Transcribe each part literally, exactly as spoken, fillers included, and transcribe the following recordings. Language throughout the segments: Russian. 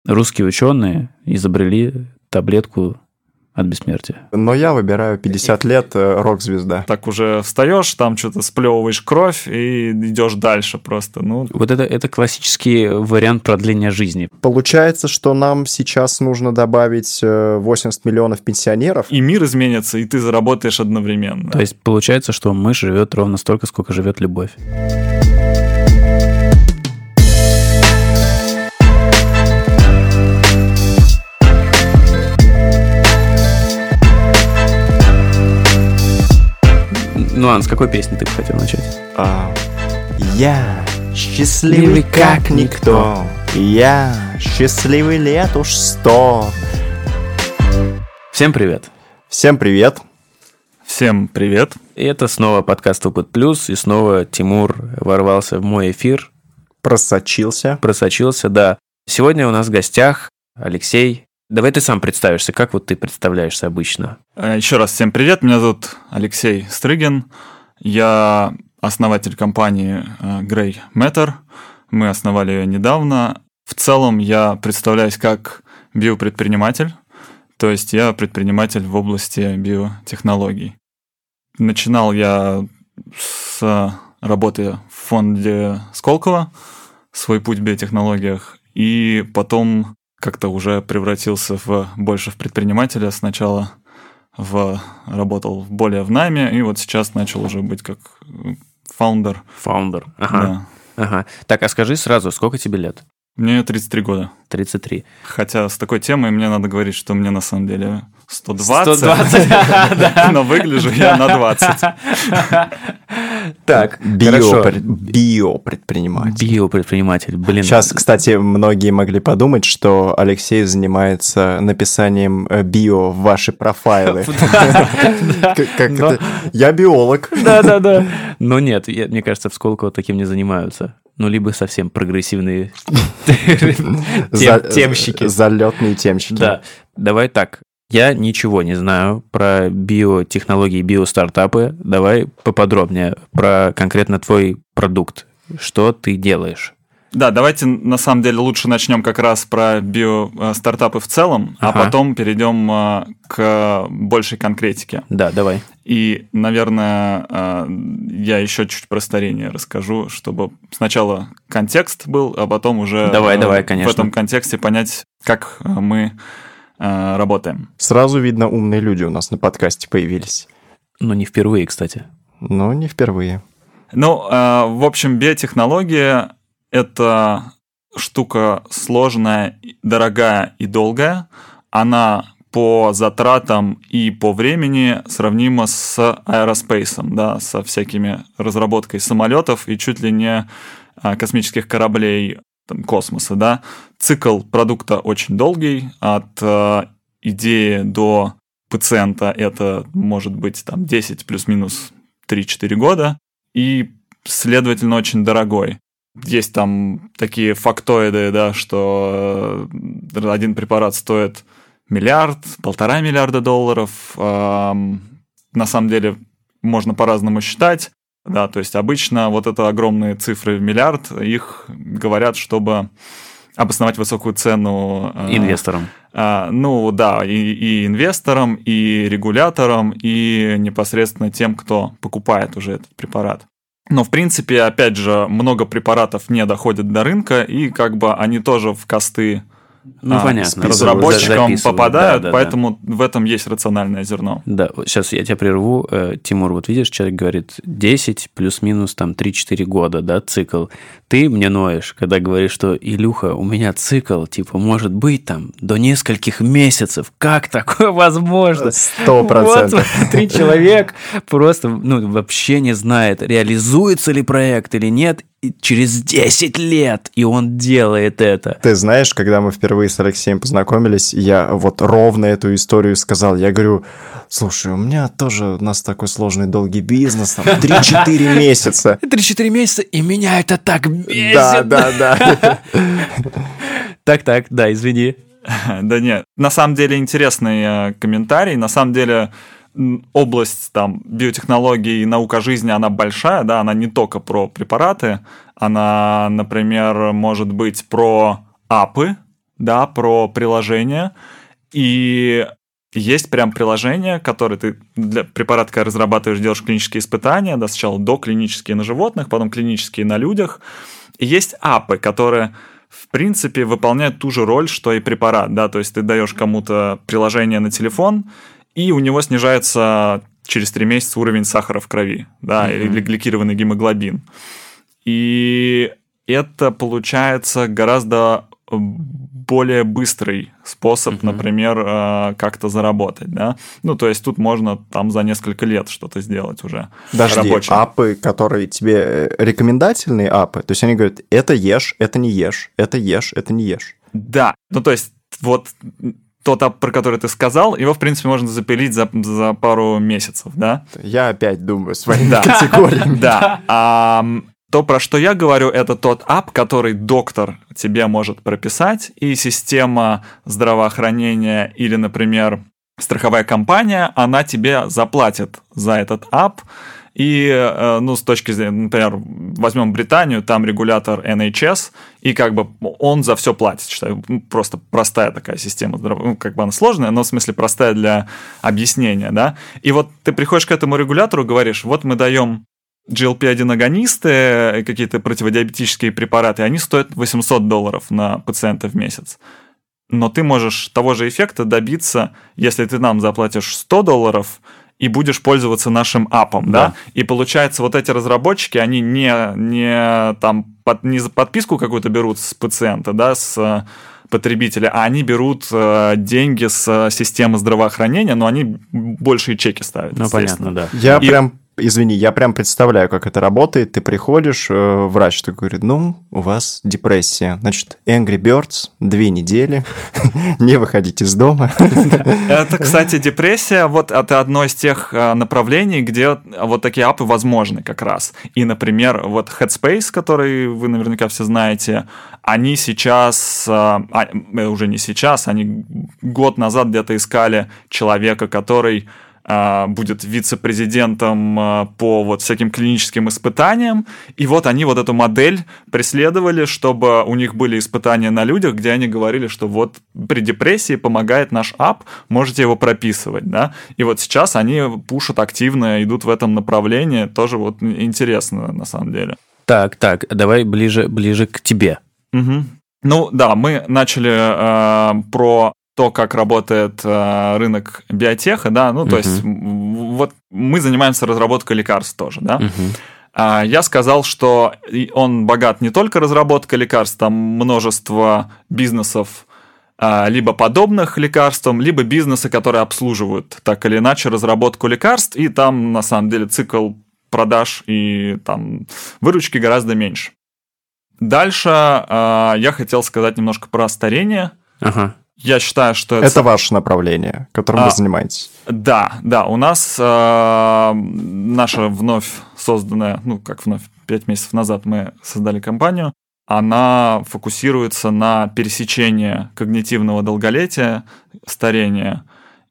Русские ученые изобрели таблетку от бессмертия. Но я выбираю пятьдесят лет, рок-звезда. Так уже встаешь, там что-то сплевываешь кровь и идешь дальше просто. Ну. Вот это, это классический вариант продления жизни. Получается, что нам сейчас нужно добавить восемьдесят миллионов пенсионеров. И мир изменится, и ты заработаешь одновременно. То есть получается, что мышь живет ровно столько, сколько живет любовь. Ну, Ан, с какой песни ты бы хотел начать? А, я счастливый как никто, я счастливый лет уж сто. Всем привет. Всем привет. Всем привет. И это снова подкаст «Опыт Плюс», и снова Тимур ворвался в мой эфир. Просочился. Просочился, да. Сегодня у нас в гостях Алексей. Давай ты сам представишься, как вот ты представляешься обычно? Еще раз всем привет, меня зовут Алексей Стрыгин, я основатель компании Grey Matter, мы основали ее недавно. В целом я представляюсь как биопредприниматель, то есть я предприниматель в области биотехнологий. Начинал я с работы в фонде Сколково, свой путь в биотехнологиях, и потом как-то уже превратился в, больше в предпринимателя. Сначала в, работал более в найме, и вот сейчас начал уже быть как фаундер. Фаундер, ага. Да. ага. Так, а скажи сразу, сколько тебе лет? Мне тридцать три года. тридцать три. Хотя с такой темой мне надо говорить, что мне на самом деле сто двадцать, сто двадцать но выгляжу я на двадцать. Так, биопредприниматель. Биопредприниматель, блин. Сейчас, кстати, многие могли подумать, что Алексей занимается написанием био в ваши профайлы. Я биолог. Да-да-да. Но нет, мне кажется, в Сколково таким не занимаются. Ну, либо совсем прогрессивные темщики. Залетные темщики. Да. Давай так. Я ничего не знаю про биотехнологии, биостартапы. Давай поподробнее про конкретно твой продукт. Что ты делаешь? Да, давайте на самом деле лучше начнем как раз про биостартапы в целом, ага. а потом перейдем к большей конкретике. Да, давай. И, наверное, я еще чуть про старение расскажу, чтобы сначала контекст был, а потом уже давай, давай, конечно. в этом контексте понять, как мы работаем. Сразу видно, умные люди у нас на подкасте появились. Ну, не впервые, кстати. Ну, не впервые. Ну, в общем, биотехнология – это штука сложная, дорогая и долгая. Она по затратам и по времени сравнима с аэроспейсом, да, со всякими разработкой самолетов и чуть ли не космических кораблей там, космоса. Да. Цикл продукта очень долгий, от э, идеи до пациента это может быть там, десять плюс-минус три-четыре года, и, следовательно, очень дорогой. Есть там такие фактоиды, да, что один препарат стоит миллиард, полтора миллиарда долларов. Эм, на самом деле можно по-разному считать. Да, то есть обычно вот это огромные цифры в миллиард, их говорят, чтобы обосновать высокую цену... Инвесторам. Э, э, ну да, и, и инвесторам, и регуляторам, и непосредственно тем, кто покупает уже этот препарат. Но, в принципе, опять же, много препаратов не доходят до рынка, и как бы они тоже в косты ну, а, понятно, разработчикам попадают, да, да, поэтому да. в этом есть рациональное зерно. Да, сейчас я тебя прерву. Тимур, вот видишь, человек говорит десять плюс-минус там три-четыре года, да, цикл. Ты мне ноешь, когда говоришь, что, Илюха, у меня цикл, типа, может быть там до нескольких месяцев. Как такое возможно? Сто процентов. Вот, три человек просто, ну, вообще не знает, реализуется ли проект или нет, и через десять лет, и он делает это. Ты знаешь, когда мы впервые с Алексеем познакомились, я вот ровно эту историю сказал. Я говорю, слушай, у меня тоже, у нас такой сложный долгий бизнес, там, три-четыре месяца. три-четыре месяца, и меня это так бесит. Да, да, да. Так-так, да, извини. Да нет, на самом деле интересный комментарий. На самом деле область там, биотехнологий и наука жизни, она большая, да, она не только про препараты, она, например, может быть про апы, да, про приложение. И есть прям приложение, которое ты для препарата, когда разрабатываешь, делаешь клинические испытания, да, сначала доклинические на животных, потом клинические на людях. И есть апы, которые, в принципе, выполняют ту же роль, что и препарат, да, то есть ты даешь кому-то приложение на телефон, и у него снижается через три месяца уровень сахара в крови, да, mm-hmm. или гликированный гемоглобин. И это получается гораздо более быстрый способ, mm-hmm. например, как-то заработать, да. Ну, то есть тут можно там за несколько лет что-то сделать уже. Подожди, рабочим. апы, которые тебе рекомендательные апы, то есть они говорят, это ешь, это не ешь, это ешь, это не ешь. Да, ну то есть вот тот ап, про который ты сказал, его, в принципе, можно запилить за, за пару месяцев, да? Я опять думаю своими категориями. Да. То, про что я говорю, это тот ап, который доктор тебе может прописать, и система здравоохранения или, например, страховая компания, она тебе заплатит за этот ап. И, ну, с точки зрения, например, возьмем Британию, там регулятор эн эйч эс, и как бы он за все платит, считаю. Просто простая такая система, ну, как бы она сложная, но в смысле простая для объяснения, да. И вот ты приходишь к этому регулятору, говоришь, вот мы даем джи эл пи один агонисты, какие-то противодиабетические препараты, они стоят восемьсот долларов на пациента в месяц. Но ты можешь того же эффекта добиться, если ты нам заплатишь сто долларов и будешь пользоваться нашим апом, да. да? И получается, вот эти разработчики, они не, не, там, под, не за подписку какую-то берут с пациента, да, с потребителя, а они берут э, деньги с системы здравоохранения, но они большие чеки ставят. Ну, понятно, да. Я и... прям... Извини, я прям представляю, как это работает. Ты приходишь, э, врач такой говорит, ну, у вас депрессия. Значит, Angry Birds, две недели, не выходите из дома. Это, кстати, депрессия, вот это одно из тех направлений, где вот такие апы возможны как раз. И, например, вот Headspace, который вы наверняка все знаете, они сейчас, а, уже не сейчас, они год назад где-то искали человека, который будет вице-президентом по вот всяким клиническим испытаниям, и вот они вот эту модель преследовали, чтобы у них были испытания на людях, где они говорили, что вот при депрессии помогает наш ап, можете его прописывать, да, и вот сейчас они пушат активно, идут в этом направлении, тоже вот интересно на самом деле. Так, так, давай ближе, ближе к тебе. Угу. Ну да, мы начали э, про то, как работает э, рынок биотеха, да, ну, то uh-huh. есть вот мы занимаемся разработкой лекарств тоже, да. Uh-huh. А, я сказал, что он богат не только разработкой лекарств, там множество бизнесов, а, либо подобных лекарствам, либо бизнесы, которые обслуживают так или иначе разработку лекарств, и там, на самом деле, цикл продаж и там выручки гораздо меньше. Дальше а, я хотел сказать немножко про старение. Ага. Я считаю, что это... Это ваше направление, которым а, вы занимаетесь. Да, да. У нас э, наша вновь созданная, ну, как вновь, пять месяцев назад мы создали компанию, она фокусируется на пересечении когнитивного долголетия, старения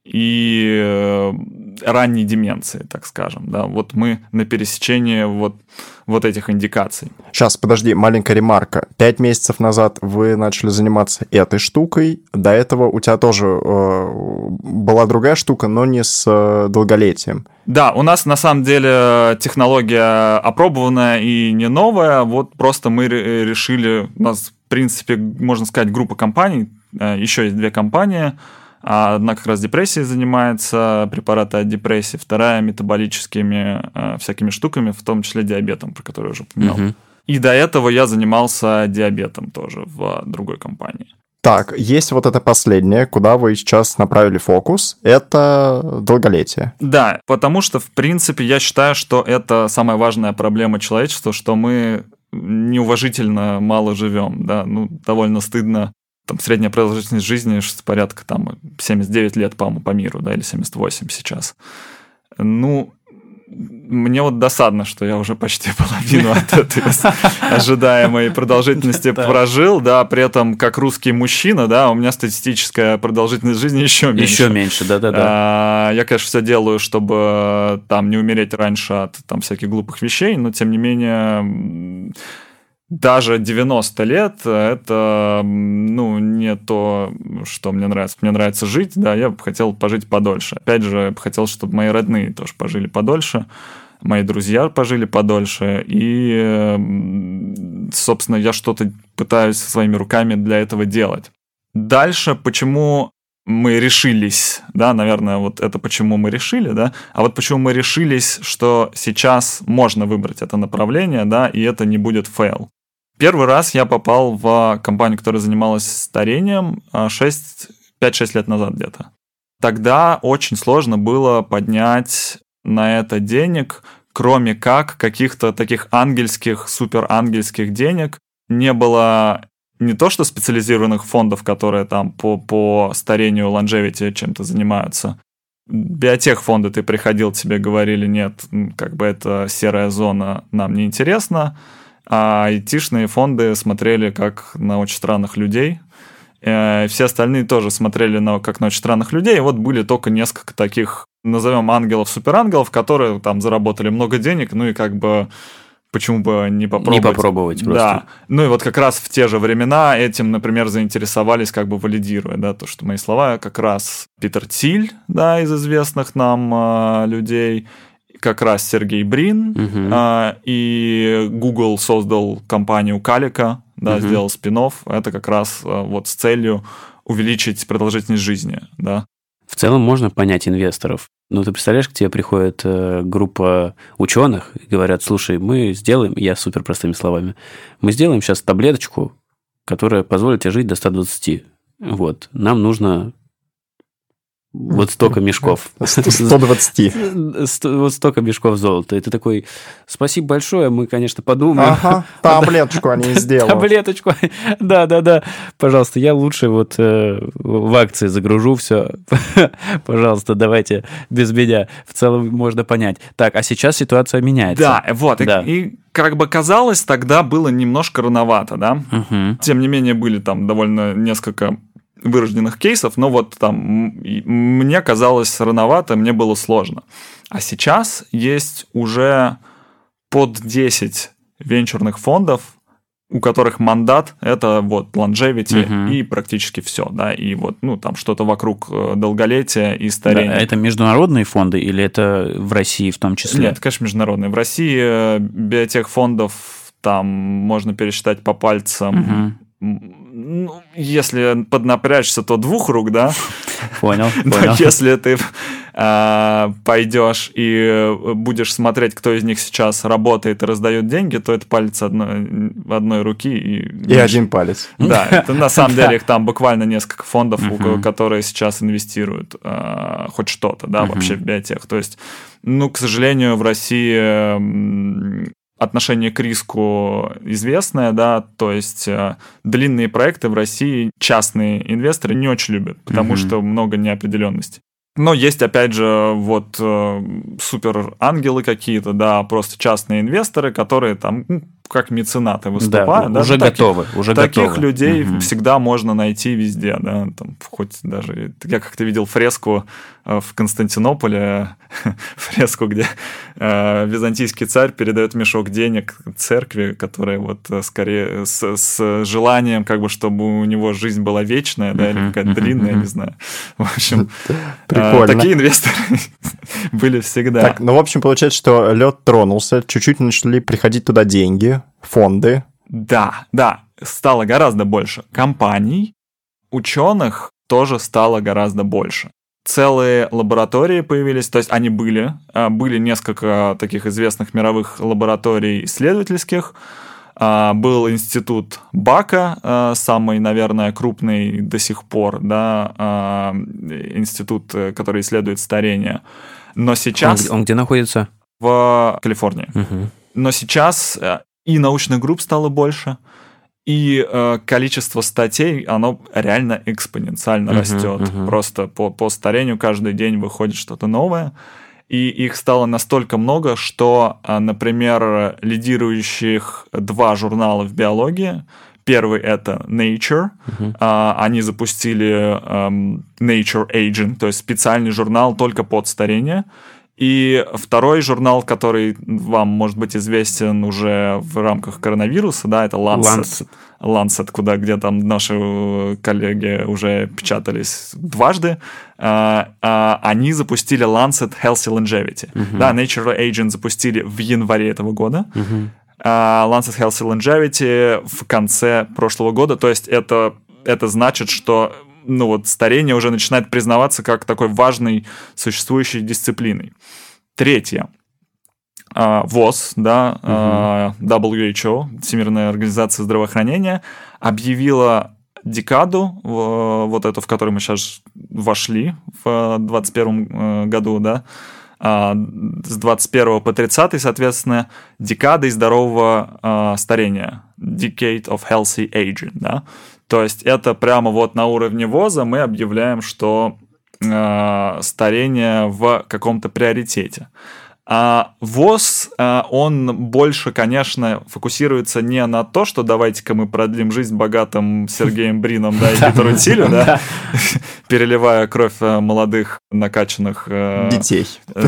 и э, ранней деменции, так скажем. Да. Вот мы на пересечении вот, вот этих индикаций. Сейчас, подожди, маленькая ремарка. Пять месяцев назад вы начали заниматься этой штукой. До этого у тебя тоже э, была другая штука, но не с э, долголетием. Да, у нас на самом деле технология опробованная и не новая. Вот просто мы решили, у нас, в принципе, можно сказать, группа компаний, еще есть две компании. Одна как раз депрессией занимается, препараты от депрессии, вторая метаболическими э, всякими штуками, в том числе диабетом, про который я уже упоминал. Угу. И до этого я занимался диабетом тоже в другой компании. Так, есть вот это последнее, куда вы сейчас направили фокус, это долголетие. Да, потому что, в принципе, я считаю, что это самая важная проблема человечества, что мы неуважительно мало живем, да, ну, довольно стыдно. Там средняя продолжительность жизни порядка там семьдесят девять лет, по-моему, по миру, да, или семьдесят восемь сейчас. Ну, мне вот досадно, что я уже почти половину от этой ожидаемой продолжительности прожил, да, при этом как русский мужчина, да, у меня статистическая продолжительность жизни еще меньше. Еще меньше, да-да-да. Я, конечно, все делаю, чтобы там не умереть раньше от там всяких глупых вещей, но тем не менее... даже девяносто лет — это, ну, не то, что мне нравится. Мне нравится жить, да, я бы хотел пожить подольше. Опять же, я бы хотел, чтобы мои родные тоже пожили подольше, мои друзья пожили подольше, и, собственно, я что-то пытаюсь своими руками для этого делать. Дальше, почему мы решились, да, наверное, вот это почему мы решили, да, а вот почему мы решились, что сейчас можно выбрать это направление, да, и это не будет фейл. Первый раз я попал в компанию, которая занималась старением пять-шесть лет назад где-то. Тогда очень сложно было поднять на это денег, кроме как каких-то таких ангельских, суперангельских денег. Не было не то что специализированных фондов, которые там по, по старению longevity чем-то занимаются. Биотех-фонды ты приходил, тебе говорили, нет, как бы это серая зона, нам не интересно. А айтишные фонды смотрели как на очень странных людей. И все остальные тоже смотрели на, как на очень странных людей. И вот были только несколько таких, назовем ангелов-суперангелов, которые там заработали много денег, ну и как бы почему бы не попробовать. Не попробовать просто. Да. Ну и вот как раз в те же времена этим, например, заинтересовались, как бы валидируя, да, то, что мои слова, как раз Питер Тиль, да, из известных нам э, людей, как раз Сергей Брин, uh-huh. а, и Google создал компанию Calico, да, uh-huh. сделал спин-офф. Это как раз а, вот с целью увеличить продолжительность жизни, да. В целом можно понять инвесторов. Ну, ты представляешь, к тебе приходит э, группа ученых и говорят, слушай, мы сделаем, я супер простыми словами, мы сделаем сейчас таблеточку, которая позволит тебе жить до ста двадцати. Вот, нам нужно... Вот столько мешков. сто двадцать. Вот столько мешков золота. И ты такой, спасибо большое, мы, конечно, подумаем. Ага, таблеточку они сделают. Таблеточку, да-да-да. Пожалуйста, я лучше вот э, в акции загружу все. Пожалуйста, давайте без меня. В целом можно понять. Так, а сейчас ситуация меняется. Да, вот. Да. И, и как бы казалось, тогда было немножко рановато, да? Угу. Тем не менее, были там довольно несколько... вырожденных кейсов, но вот там мне казалось рановато, мне было сложно. А сейчас есть уже под десять венчурных фондов, у которых мандат — это вот longevity uh-huh. и практически все, да, и вот, ну, там что-то вокруг долголетия и старения. Да, это международные фонды или это в России в том числе? Нет, конечно, международные. В России биотех-фондов там можно пересчитать по пальцам, uh-huh. Ну, если поднапрячься, то двух рук, да? Понял, Но понял. если ты э, пойдешь и будешь смотреть, кто из них сейчас работает и раздает деньги, то это палец одной, одной руки. И, и один палец. Да, это на самом деле их там буквально несколько фондов, uh-huh. которые сейчас инвестируют э, хоть что-то, да, uh-huh. вообще в биотех. То есть, ну, к сожалению, в России... отношение к риску известное, да, то есть э, длинные проекты в России частные инвесторы не очень любят, потому mm-hmm. что много неопределенности. Но есть, опять же, вот э, супер ангелы какие-то, да, просто частные инвесторы, которые там ну, как меценаты выступают. Да, да, уже ну, готовы, таких, уже таких готовы. людей угу. всегда можно найти везде, да, там, хоть даже... Я как-то видел фреску в Константинополе, фреску, где э, византийский царь передает мешок денег церкви, которая вот скорее с, с желанием, как бы, чтобы у него жизнь была вечная, да, или какая-то длинная, не знаю. В общем, э, такие инвесторы были всегда. Так, ну, в общем, получается, что лед тронулся, чуть-чуть начали приходить туда деньги, фонды. Да, да, стало гораздо больше компаний, ученых тоже стало гораздо больше. Целые лаборатории появились, то есть они были, были несколько таких известных мировых лабораторий исследовательских, был институт Бака, самый, наверное, крупный до сих пор, да, институт, который исследует старение. Но сейчас... Он, он где находится? В Калифорнии. Угу. Но сейчас и научных групп стало больше, и э, количество статей, оно реально экспоненциально uh-huh, растет. Uh-huh. Просто по, по старению каждый день выходит что-то новое. И их стало настолько много, что, например, лидирующих два журнала в биологии. Первый — это Nature. Uh-huh. А, они запустили um, Nature Aging, то есть специальный журнал только под старение. И второй журнал, который вам может быть известен уже в рамках коронавируса, да, это Lancet. Lancet. Lancet, куда, где там наши коллеги уже печатались дважды. Они запустили Lancet Healthy Longevity. Uh-huh. Да, Nature Agent запустили в январе этого года. Uh-huh. Lancet Healthy Longevity в конце прошлого года. То есть это, это значит, что ну вот старение уже начинает признаваться как такой важной существующей дисциплиной. Третье. ВОЗ, да, uh-huh. дабл ю эйч о, Всемирная организация здравоохранения, объявила декаду, вот эту, в которую мы сейчас вошли в двадцать первом году, да, с двадцать первого по тридцатый, соответственно, декадой здорового старения. Decade of Healthy Aging, да. То есть это прямо вот на уровне ВОЗа мы объявляем, что э, старение в каком-то приоритете. А ВОЗ, э, он больше, конечно, фокусируется не на то, что давайте-ка мы продлим жизнь богатым Сергеем Брином, да, и Питеру Тилю, да, переливая кровь молодых, накачанных... детей.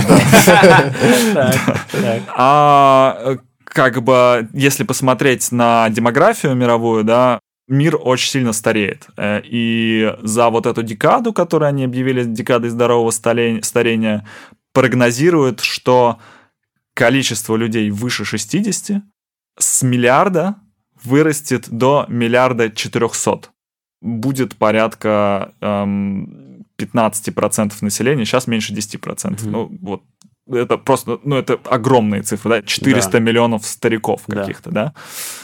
А как бы, если посмотреть на демографию мировую, да, мир очень сильно стареет. И за вот эту декаду, которую они объявили декадой здорового старения, прогнозируют, что количество людей выше шестидесяти с миллиарда вырастет до миллиарда четырехсот. Будет порядка эм, пятнадцать процентов населения, сейчас меньше десять процентов. Mm-hmm. Ну, вот. Это просто, ну, это огромные цифры, да? четыреста да. миллионов стариков каких-то, да?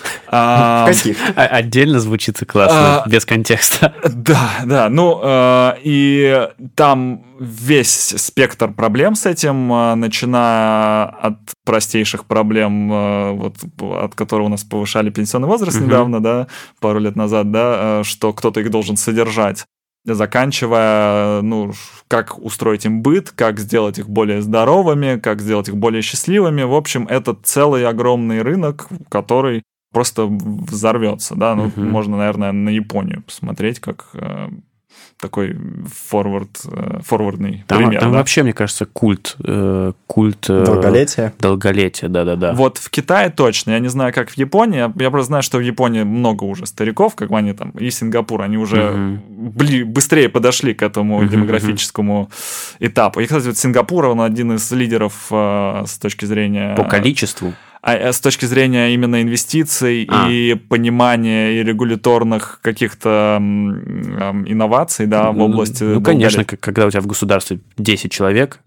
да? Каких? Отдельно звучит классно, а, без контекста. Да, да, ну, э, и там весь спектр проблем с этим, начиная от простейших проблем, э, вот, от которого у нас повышали пенсионный возраст uh-huh. недавно, да, пару лет назад, да, что кто-то их должен содержать, заканчивая, ну, как устроить им быт, как сделать их более здоровыми, как сделать их более счастливыми. В общем, это целый огромный рынок, который просто взорвется, да. Ну, uh-huh. можно, наверное, на Японию посмотреть, как э, такой форвард, э, форвардный там, пример. Там да? вообще, мне кажется, культ. Э, культ э, долголетия. Долголетия, да-да-да. Вот в Китае точно. Я не знаю, как в Японии. Я просто знаю, что в Японии много уже стариков, как они там, и Сингапур, они уже uh-huh. бли, быстрее подошли к этому uh-huh. демографическому этапу. И, кстати, вот Сингапур, он один из лидеров э, с точки зрения... По количеству? А с точки зрения именно инвестиций а. и понимания и регуляторных каких-то м, инноваций, да, в области... Ну, конечно, когда у тебя в государстве десять человек,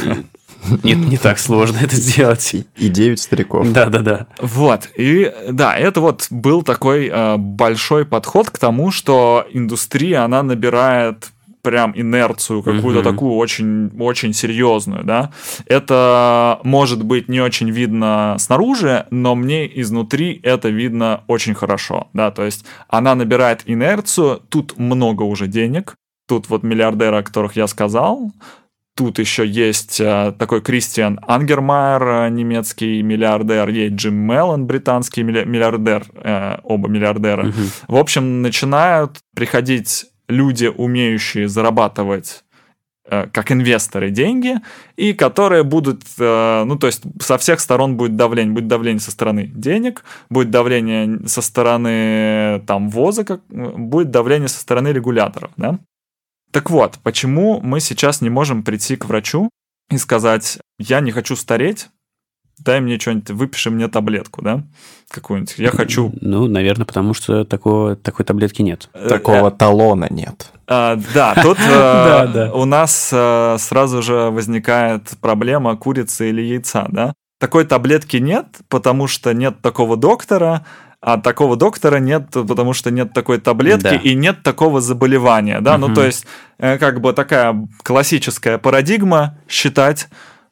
не, не так сложно это сделать. И девять стариков. Да-да-да. Вот, и да, это вот был такой э, большой подход к тому, что индустрия, она набирает... прям инерцию какую-то uh-huh. такую очень, очень серьезную, да. Это может быть не очень видно снаружи, но мне изнутри это видно очень хорошо, да, то есть она набирает инерцию, тут много уже денег, тут вот миллиардеры, о которых я сказал, тут еще есть такой Кристиан Ангермайер, немецкий миллиардер, есть Джим Меллон, британский миллиардер, оба миллиардера. Uh-huh. В общем, начинают приходить люди, умеющие зарабатывать э, как инвесторы деньги, и которые будут, э, ну, то есть со всех сторон будет давление. Будет давление со стороны денег, будет давление со стороны там ВОЗа, как, будет давление со стороны регуляторов, да? Так вот, почему мы сейчас не можем прийти к врачу и сказать, я не хочу стареть, дай мне что-нибудь, выпиши мне таблетку, да, какую-нибудь. Я хочу... Ну, наверное, потому что такого, такой таблетки нет. Такого талона нет. А, да, тут а, да, да. у нас а, сразу же возникает проблема курицы или яйца, да. Такой таблетки нет, потому что нет такого доктора, а такого доктора нет, потому что нет такой таблетки, да. и нет такого заболевания, да. Угу. Ну, то есть, как бы такая классическая парадигма считать,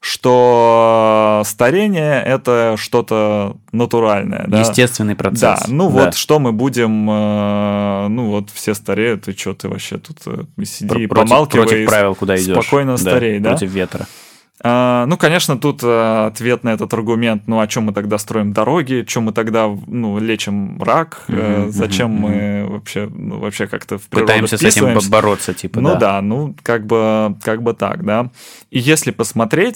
что старение – это что-то натуральное. Да? Естественный процесс. Да, ну да. вот что мы будем, ну вот все стареют, и что ты вообще тут сиди, Про- помалкивай, против правил куда идешь. Спокойно да, старей, да? Против ветра. А, ну, конечно, тут а, ответ на этот аргумент, ну, о чем мы тогда строим дороги, чем мы тогда, ну, лечим рак, mm-hmm, э, зачем mm-hmm. мы вообще, ну, вообще как-то в природу пытаемся с этим бороться, типа, ну, да. да, ну, как бы, как бы так, да. И если посмотреть,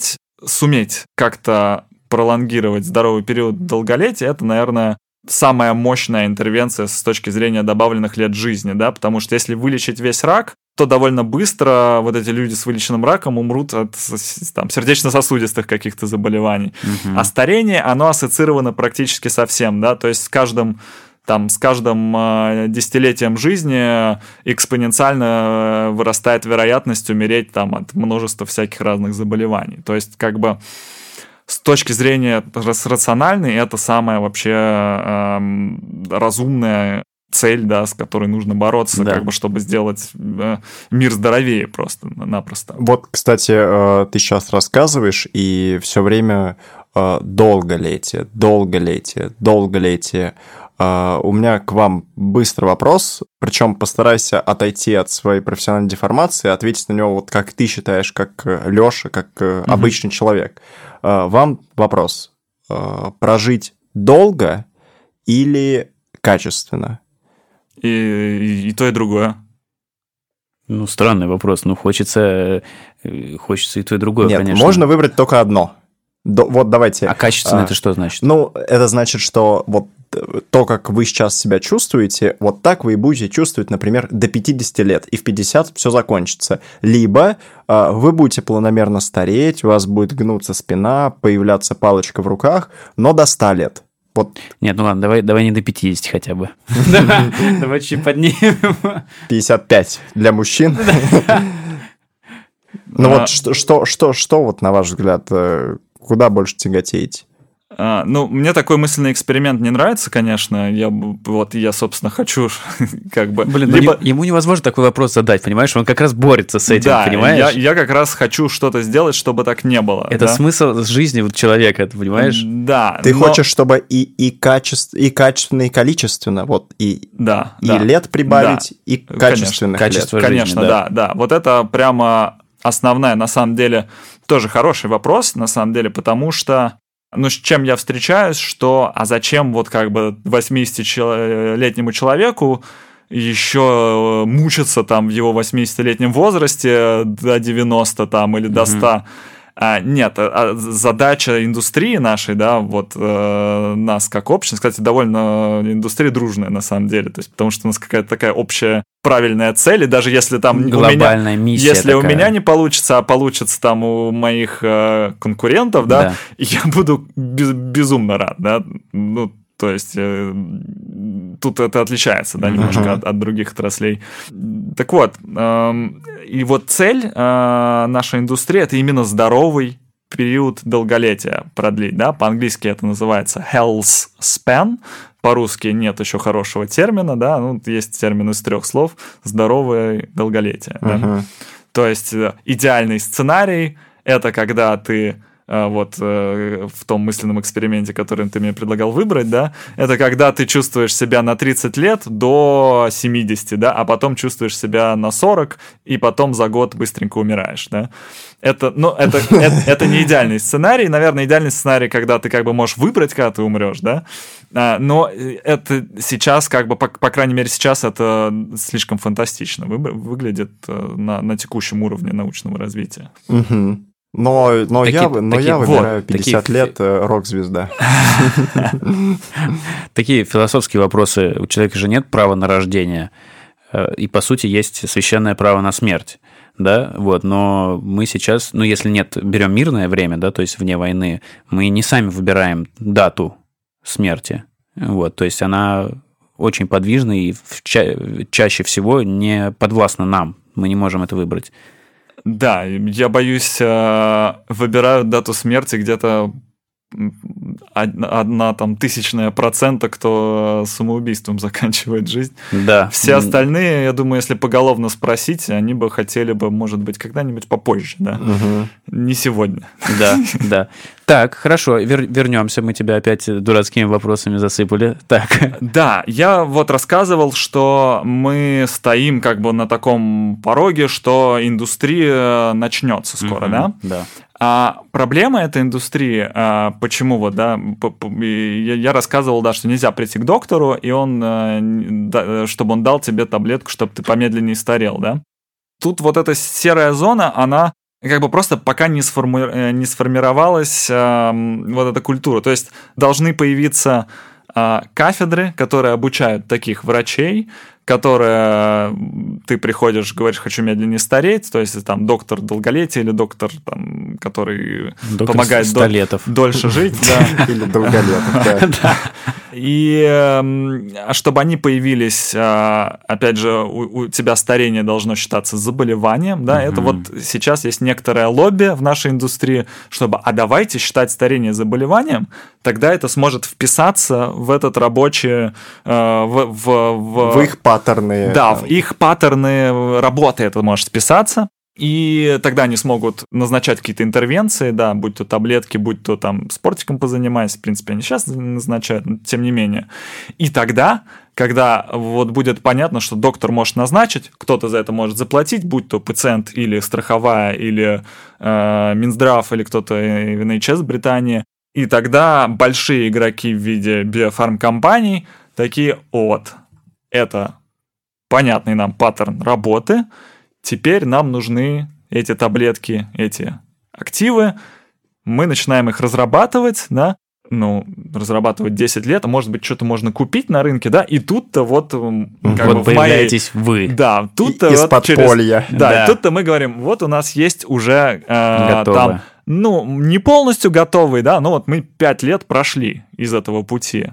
суметь как-то пролонгировать здоровый период долголетия, это, наверное, самая мощная интервенция с точки зрения добавленных лет жизни, да, потому что если вылечить весь рак, то довольно быстро вот эти люди с вылеченным раком умрут от там, сердечно-сосудистых каких-то заболеваний. Угу. А старение, оно ассоциировано практически со всем, да, то есть с каждым там, с каждым э, десятилетием жизни экспоненциально вырастает вероятность умереть там, от множества всяких разных заболеваний. То есть, как бы, с точки зрения рациональной, это самая вообще э, разумная цель, да, с которой нужно бороться, да. как бы, чтобы сделать э, мир здоровее просто-напросто. Вот, кстати, э, ты сейчас рассказываешь, и все время э, долголетие, долголетие, долголетие. Uh, у меня к вам быстрый вопрос, причем постарайся отойти от своей профессиональной деформации и ответить на него вот как ты считаешь, как Лёша, как uh-huh. обычный человек. Uh, вам вопрос. Uh, прожить долго или качественно? И, и, и то, и другое. Ну, странный вопрос. Ну, хочется, хочется и то, и другое, Нет, конечно. можно выбрать только одно. До, вот давайте. А качественно uh, это что значит? Ну, это значит, что вот то, как вы сейчас себя чувствуете, вот так вы и будете чувствовать, например, до пятидесяти лет, и в пятьдесят все закончится. Либо э, вы будете планомерно стареть, у вас будет гнуться спина, появляться палочка в руках, но до ста лет. Вот. Нет, ну ладно, давай, давай не до пятидесяти хотя бы. Давай чуть поднимем. пятьдесят пять для мужчин. Ну вот что, что, что вот на ваш взгляд, куда больше тяготеете? А, ну, мне такой мысленный эксперимент не нравится, конечно. Я вот я, собственно, хочу как бы. Блин, либо... не, ему невозможно такой вопрос задать, понимаешь? Он как раз борется с этим, да, понимаешь? Я, я как раз хочу что-то сделать, чтобы так не было. Это да? смысл жизни вот человека, ты понимаешь? Да. Ты но... хочешь, чтобы и, и, качество, и качественно, и количественно, вот и, да, и да. лет прибавить, да. и качественных конечно, качество лет. жизни, конечно, да. да, да. Вот это прямо основная, на самом деле, тоже хороший вопрос, на самом деле, потому что. Ну, с чем я встречаюсь, что, а зачем вот как бы восьмидесятилетнему человеку еще мучиться там в его восьмидесятилетнем возрасте до девяноста там или до ста? Mm-hmm. А, нет, а задача индустрии нашей, да, вот э, нас как общество, кстати, довольно индустрия дружная на самом деле, то есть потому что у нас какая-то такая общая правильная цель, и даже если там глобальная у меня, миссия если такая. У меня не получится, а получится там у моих э, конкурентов, да, да, я буду без, безумно рад, да, ну, то есть э, тут это отличается, да, немножко uh-huh. от, от других отраслей. Так вот, э, и вот цель э, нашей индустрии – это именно здоровый период долголетия продлить, да, по-английски это называется health span, по-русски нет еще хорошего термина, да, ну, есть термин из трех слов – здоровое долголетие. Uh-huh. Да? То есть идеальный сценарий – это когда ты вот в том мысленном эксперименте, который ты мне предлагал выбрать, да, это когда ты чувствуешь себя на тридцать лет до семидесяти, да, а потом чувствуешь себя на сорок, и потом за год быстренько умираешь, да. Это, ну, это, это, это не идеальный сценарий, наверное, идеальный сценарий, когда ты как бы можешь выбрать, когда ты умрешь, да, но это сейчас, как бы, по, по крайней мере, сейчас это слишком фантастично выглядит на, на текущем уровне научного развития. Угу. Но, но, такие, я, но такие, я выбираю вот, пятьдесят такие... лет рок-звезда. Такие философские вопросы. У человека же нет права на рождение. И, по сути, есть священное право на смерть. Да, вот, но мы сейчас, ну, если нет, берем мирное время, да, то есть вне войны, мы не сами выбираем дату смерти. Вот, то есть она очень подвижна и ча- чаще всего не подвластна нам. Мы не можем это выбрать. Да, я боюсь, выбирают дату смерти где-то одна там тысячная процента, кто самоубийством заканчивает жизнь. Да. Все остальные, я думаю, если поголовно спросить, они бы хотели бы, может быть, когда-нибудь попозже, да? Угу. Не сегодня. Да, да. Так, хорошо, вер- вернемся, мы тебя опять дурацкими вопросами засыпали. Так. Да, я вот рассказывал, что мы стоим как бы на таком пороге, что индустрия начнется скоро, угу, да? Да. А проблема этой индустрии, а, почему вот, да, я, я рассказывал, да, что нельзя прийти к доктору, и он, да, чтобы он дал тебе таблетку, чтобы ты помедленнее старел, да. Тут вот эта серая зона, она как бы просто пока не, сформи... не сформировалась э, вот эта культура. То есть должны появиться э, кафедры, которые обучают таких врачей, которые ты приходишь, говоришь, хочу медленнее стареть, то есть там доктор долголетия или доктор, там, который доктор помогает дол- дольше жить. Или долголетов, да. И чтобы они появились, опять же, у тебя старение должно считаться заболеванием, да, это вот сейчас есть некоторое лобби в нашей индустрии, чтобы, а давайте считать старение заболеванием, тогда это сможет вписаться в этот рабочий, в, в, в их паттерны. Да, в их паттерны работы это может вписаться. И тогда они смогут назначать какие-то интервенции, да, будь то таблетки, будь то там спортиком позанимайся, в принципе, они сейчас назначают, но тем не менее. И тогда, когда вот будет понятно, что доктор может назначить, кто-то за это может заплатить, будь то пациент или страховая, или э, Минздрав, или кто-то эн эйч эс Британии, и тогда большие игроки в виде биофармкомпаний такие, вот, это понятный нам паттерн работы, теперь нам нужны эти таблетки, эти активы. Мы начинаем их разрабатывать, да, ну, разрабатывать десять лет, а может быть, что-то можно купить на рынке, да, и тут-то вот... Как вот бы появляетесь моей... вы. Да, тут-то... Из вот подполья. Через... Да, да. и тут-то мы говорим, вот у нас есть уже э, там, ну, не полностью готовый, да, но вот мы пять лет прошли из этого пути.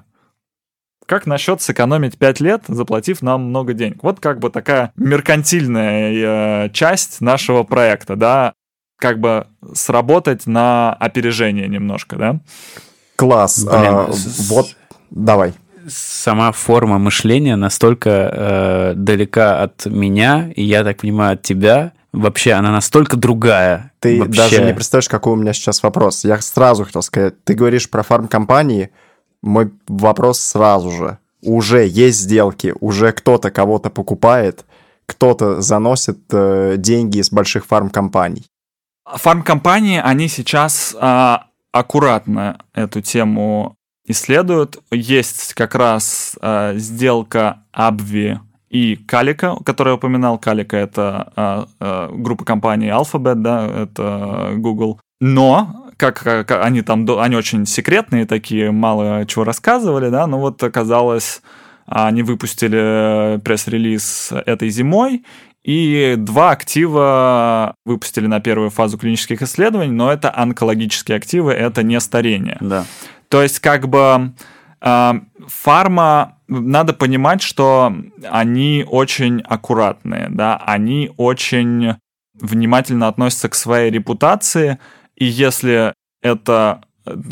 Как насчет сэкономить пять лет, заплатив нам много денег? Вот как бы такая меркантильная э, часть нашего проекта, да, как бы сработать на опережение немножко, да? Класс. Блин, а, с... Вот, давай. Сама форма мышления настолько э, далека от меня, и я так понимаю, от тебя. Вообще, она настолько другая. Ты вообще. даже не представляешь, какой у меня сейчас вопрос. Я сразу хотел сказать, ты говоришь про фармкомпании, мой вопрос сразу же. Уже есть сделки, уже кто-то кого-то покупает, кто-то заносит э, деньги из больших фармкомпаний. Фармкомпании, они сейчас э, аккуратно эту тему исследуют. Есть как раз э, сделка Абви и Калика, которую я упоминал. Калика — это э, э, группа компаний Alphabet, да, это Google. Но как, как они там, они очень секретные такие, мало чего рассказывали, да, но вот оказалось, они выпустили пресс-релиз этой зимой, и два актива выпустили на первую фазу клинических исследований, но это онкологические активы, это не старение. Да. То есть как бы э, фарма, надо понимать, что они очень аккуратные, да, они очень внимательно относятся к своей репутации. И если это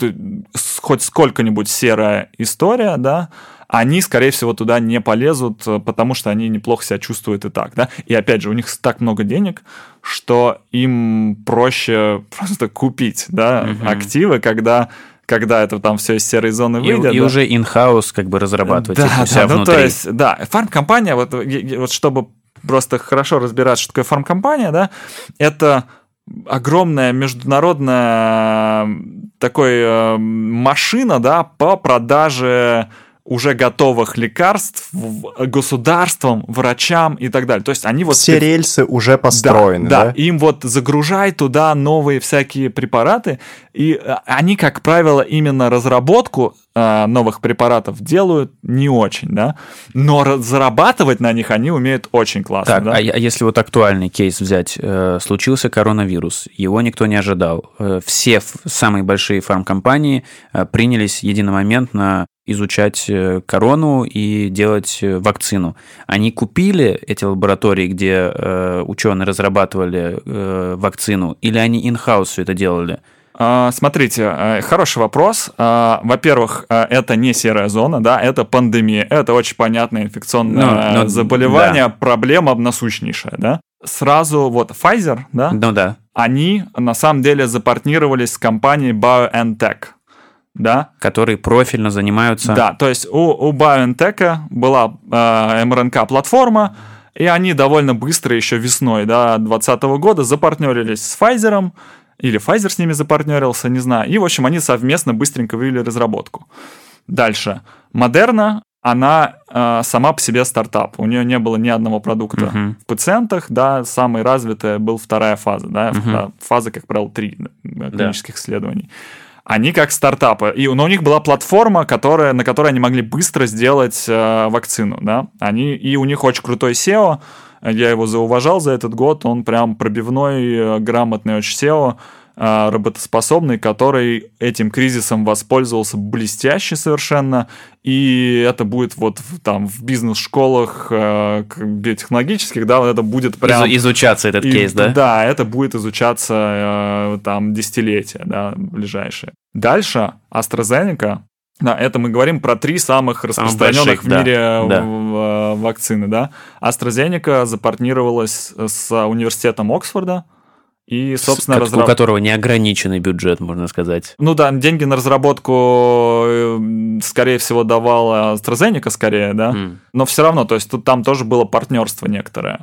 хоть сколько-нибудь серая история, да, они, скорее всего, туда не полезут, потому что они неплохо себя чувствуют и так, да. И опять же, у них так много денег, что им проще просто купить, да, угу. активы, когда, когда это там все из серой зоны выйдет. И, и да? уже in-house как бы разрабатывать да, их у себя да, внутри. Ну, то есть, да, фармкомпания, вот, вот чтобы просто хорошо разбираться, что такое фармкомпания, да, это огромная международная такой э, машина, да, по продаже уже готовых лекарств государствам, врачам и так далее. То есть они вот... Все спец... рельсы уже построены, да, да? Да, им вот загружай туда новые всякие препараты, и они, как правило, именно разработку э, новых препаратов делают не очень, да, но зарабатывать на них они умеют очень классно. Так, да? а если вот актуальный кейс взять, э, случился коронавирус, его никто не ожидал. Э, все самые большие фармкомпании э, принялись единомоментно изучать корону и делать вакцину. Они купили эти лаборатории, где э, ученые разрабатывали э, вакцину, или они in-house все это делали? Смотрите, хороший вопрос. Во-первых, это не серая зона, да, это пандемия, это очень понятное инфекционное но, но, заболевание, да. Проблема насущнейшая, да. Сразу вот Pfizer, да, ну, да, они на самом деле запартнировались с компанией BioNTech. Да? Которые профильно занимаются... Да, то есть у, у BioNTech была э, эм эр эн ка-платформа, и они довольно быстро еще весной да, двадцать двадцатого года запартнерились с Pfizer, или Pfizer с ними запартнерился, не знаю. И, в общем, они совместно быстренько вывели разработку. Дальше. Moderna она э, сама по себе стартап. У нее не было ни одного продукта uh-huh. в пациентах, да, самой развитая была вторая фаза, да, uh-huh. фаза, как правило, три да, клинических да. исследований. Они как стартапы. И но у них была платформа, которая, на которой они могли быстро сделать э, вакцину, да. Они, и у них очень крутой сео. Я его зауважал за этот год. Он прям пробивной, грамотный очень сео, работоспособный, который этим кризисом воспользовался блестяще совершенно, и это будет вот в, там в бизнес-школах э, биотехнологических, да, вот это будет прям... Из, изучаться этот и, кейс, да? Да, это будет изучаться э, там десятилетия, да, ближайшие. Дальше AstraZeneca, да, это мы говорим про три самых распространенных больших, в мире да, да. В, в, вакцины, да. AstraZeneca запартнировалась с университетом Оксфорда, и, собственно, как, разраб... у которого неограниченный бюджет, можно сказать. Ну да, деньги на разработку, скорее всего, давала AstraZeneca, скорее, да. Mm. Но все равно, то есть тут там тоже было партнерство некоторое.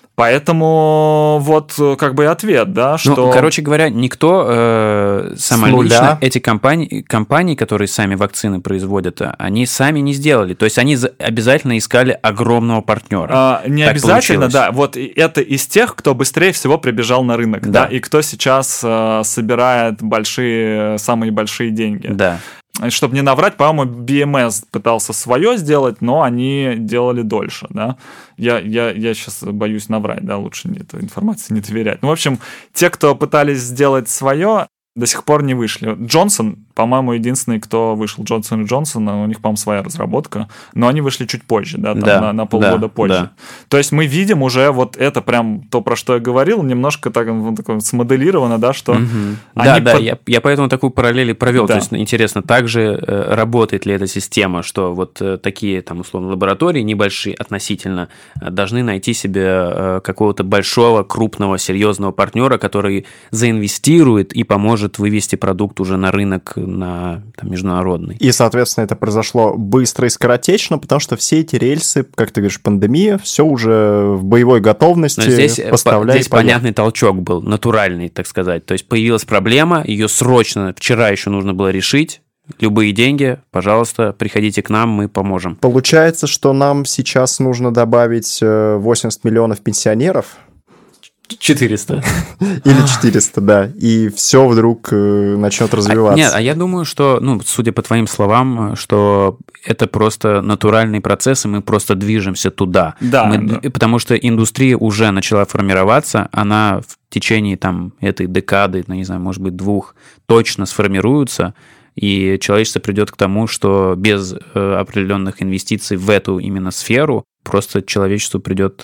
Поэтому вот как бы и ответ, да, что... Ну, короче говоря, никто э, самолично эти компании, компании, которые сами вакцины производят, они сами не сделали. То есть они обязательно искали огромного партнера. А, не так обязательно, получилось. Да. Вот это из тех, кто быстрее всего прибежал на рынок, да, да и кто сейчас э, собирает большие, самые большие деньги. Да. Чтобы не наврать, по-моему, би эм эс пытался свое сделать, но они делали дольше, да. Я, я, я сейчас боюсь наврать, да, лучше этой информации не доверять. Ну, в общем, те, кто пытались сделать свое, до сих пор не вышли. Джонсон, по-моему, единственный, кто вышел. Джонсон и Джонсон, у них, по-моему, своя разработка, но они вышли чуть позже, да, там, да на, на полгода да, позже. Да. То есть мы видим уже вот это прям то, про что я говорил, немножко так, вот, так смоделировано, да, что... Угу. Да, да, под... я, я поэтому такую параллель и провел. Да. То есть интересно, также э, работает ли эта система, что вот э, такие, там, условно, лаборатории небольшие относительно э, должны найти себе э, какого-то большого, крупного, серьезного партнера, который заинвестирует и поможет вывести продукт уже на рынок, на там, международный. И, соответственно, это произошло быстро и скоротечно, потому что все эти рельсы, как ты говоришь, пандемия, все уже в боевой готовности. Но здесь, по, здесь понятный толчок был, натуральный, так сказать. То есть появилась проблема, ее срочно, вчера еще нужно было решить. Любые деньги, пожалуйста, приходите к нам, мы поможем. Получается, что нам сейчас нужно добавить восемьдесят миллионов пенсионеров. четыреста. Или четыреста, да. И все вдруг э, начнет развиваться. А, нет, а я думаю, что, ну, судя по твоим словам, что это просто натуральный процесс, и мы просто движемся туда. Да, мы, да. Потому что индустрия уже начала формироваться, она в течение там, этой декады, ну, не знаю, может быть, двух, точно сформируется, и человечество придет к тому, что без э, определенных инвестиций в эту именно сферу просто человечеству придет...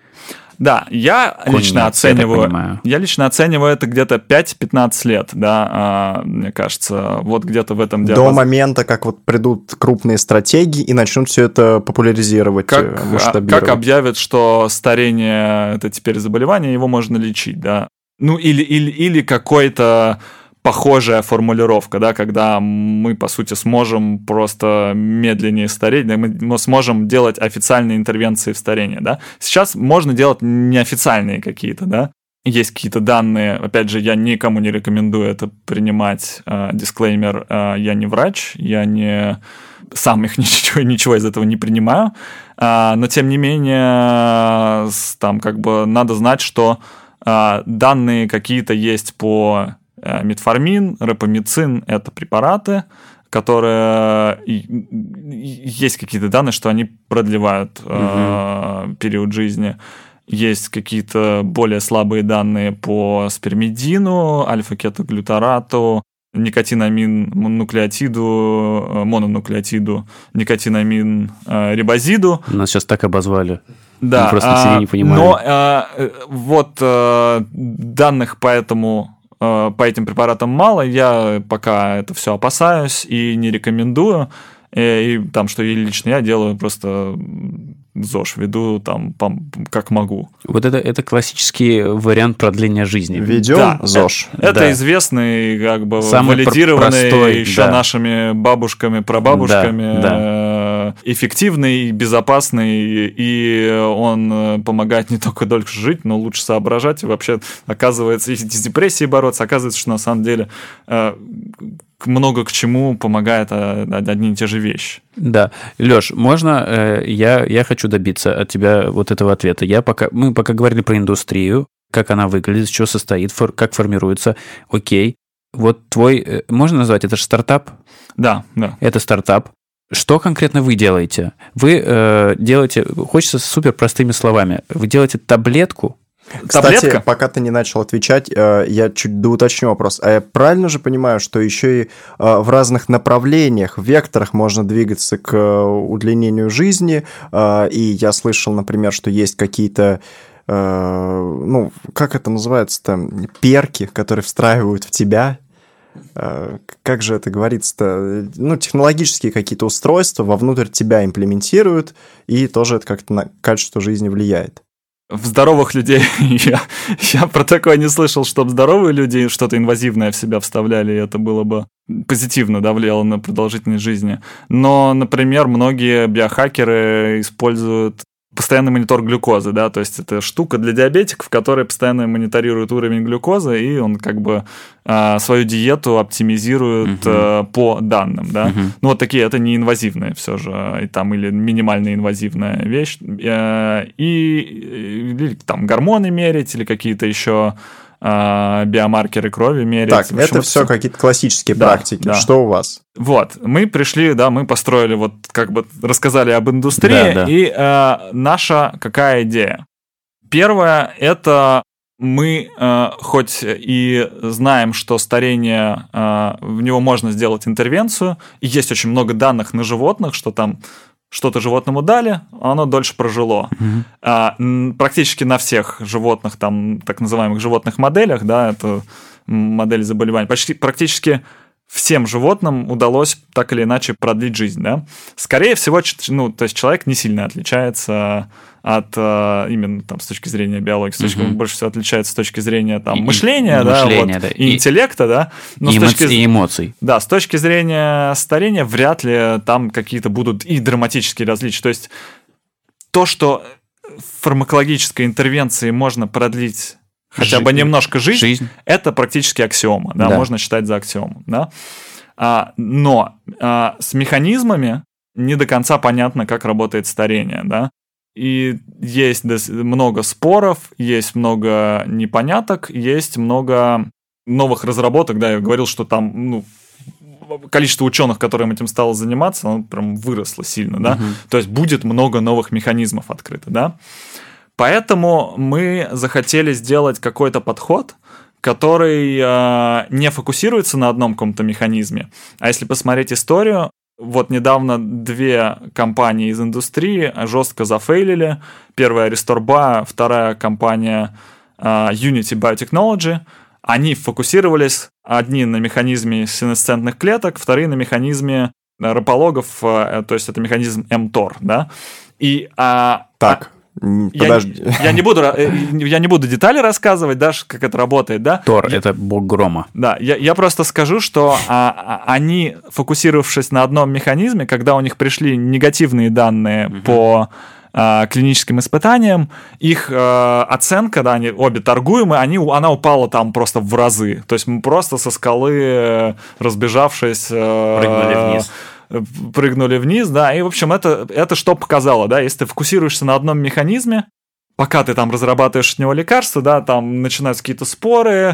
Да, я Конец, лично оцениваю, я, я лично оцениваю это где-то пять-пятнадцать лет, да, а, мне кажется, вот где-то в этом диапазоне. До момента, как вот придут крупные стратегии и начнут все это популяризировать, как, масштабировать. Как объявят, что старение – это теперь заболевание, его можно лечить, да. Ну, или, или, или какой-то... похожая формулировка, да, когда мы, по сути, сможем просто медленнее стареть, да, мы сможем делать официальные интервенции в старение, да. Сейчас можно делать неофициальные какие-то, да. Есть какие-то данные, опять же, я никому не рекомендую это принимать, дисклеймер, э, я не врач, я не... сам их ничего, ничего из этого не принимаю, э, но, тем не менее, там, как бы, надо знать, что э, данные какие-то есть по... Метформин, рапамицин – это препараты, которые... Есть какие-то данные, что они продлевают угу. э, период жизни. Есть какие-то более слабые данные по спермидину, альфа-кетоглютарату, никотинамин нуклеотиду, мононуклеотиду, никотинамин рибозиду. Нас сейчас так обозвали. Да. Мы просто все а, не понимаем. Но а, вот а, данных по этому... по этим препаратам мало, я пока это все опасаюсь и не рекомендую. И, и там, что и лично я делаю, просто ЗОЖ веду там как могу. Вот это, это классический вариант продления жизни. Ведем да, ЗОЖ. Это, это да. известный, как бы самый валидированный простой, еще да. нашими бабушками, прабабушками да, да. эффективный, безопасный, и он помогает не только дольше жить, но лучше соображать, и вообще, оказывается, и с депрессией бороться, оказывается, что на самом деле много к чему помогает одни и те же вещи. Да. Лёш, можно я, я хочу добиться от тебя вот этого ответа. Я пока, мы пока говорили про индустрию, как она выглядит, из чего состоит, фор, как формируется. Окей. Вот твой... Можно назвать это же стартап? Да, да. Это стартап. Что конкретно вы делаете? Вы э, делаете... Хочется супер простыми словами. Вы делаете таблетку. Кстати, Таблетка? Пока ты не начал отвечать, я чуть доуточню вопрос. А я правильно же понимаю, что еще и в разных направлениях, векторах можно двигаться к удлинению жизни? И я слышал, например, что есть какие-то, ну, как это называется-то, перки, которые встраивают в тебя. Как же это говорится-то? Ну, технологические какие-то устройства вовнутрь тебя имплементируют, и тоже это как-то на качество жизни влияет. В здоровых людей я, я про такое не слышал, чтобы здоровые люди что-то инвазивное в себя вставляли, и это было бы позитивно, да, влияло на продолжительность жизни. Но, например, многие биохакеры используют постоянный монитор глюкозы, да, то есть это штука для диабетиков, которая постоянно мониторирует уровень глюкозы, и он как бы э, свою диету оптимизирует uh-huh. э, по данным, да. Uh-huh. Ну, вот такие, это не инвазивные все же, и, там, или минимально инвазивная вещь, э, и, или там гормоны мерить, или какие-то еще э, биомаркеры крови мерить. Так, общем, это все какие-то классические да, практики. Да. Что у вас? Вот, мы пришли, да, мы построили, вот как бы рассказали об индустрии, да, да. и э, наша какая идея? Первое, это мы э, хоть и знаем, что старение, э, в него можно сделать интервенцию, и есть очень много данных на животных, что там что-то животному дали, а оно дольше прожило. Mm-hmm. А, практически на всех животных, там, так называемых животных моделях, да, это модели заболеваний, почти, практически всем животным удалось так или иначе продлить жизнь, да. Скорее всего, ну, то есть человек не сильно отличается от именно там с точки зрения биологии, с точки, mm-hmm. больше всего отличается с точки зрения там, и, мышления, и, да, мышления, вот, да, и, и интеллекта, да. Но и, с точки, и эмоций. Да, с точки зрения старения вряд ли там какие-то будут и драматические различия. То есть то, что фармакологической интервенцией можно продлить хотя бы немножко жизнь, жизнь, это практически аксиома, да, да. можно считать за аксиому, да. А, но а, с механизмами не до конца понятно, как работает старение, да. И есть много споров, есть много непоняток, есть много новых разработок, да, я говорил, что там, ну, количество ученых, которым этим стало заниматься, оно прям выросло сильно, да. Угу. То есть будет много новых механизмов открыто, да. Поэтому мы захотели сделать какой-то подход, который э, не фокусируется на одном каком-то механизме. А если посмотреть историю, вот недавно две компании из индустрии жестко зафейлили. Первая Restorba, вторая компания э, Unity Biotechnology. Они фокусировались, одни на механизме синесцентных клеток, вторые на механизме рапологов, э, то есть это механизм mTOR, да. И, э, так. Подожди. Я, я, не буду, я не буду детали рассказывать, да, как это работает, да. Тор — это бог грома. Да, я, я просто скажу, что а, а, они, фокусировавшись на одном механизме, когда у них пришли негативные данные угу. по а, клиническим испытаниям, их а, оценка, да, они обе торгуемые, они, она упала там просто в разы. То есть мы просто со скалы, разбежавшись... Прыгнули вниз. прыгнули вниз, да, и, в общем, это, это что показало, да, если ты фокусируешься на одном механизме, пока ты там разрабатываешь от него лекарства, да, там начинаются какие-то споры,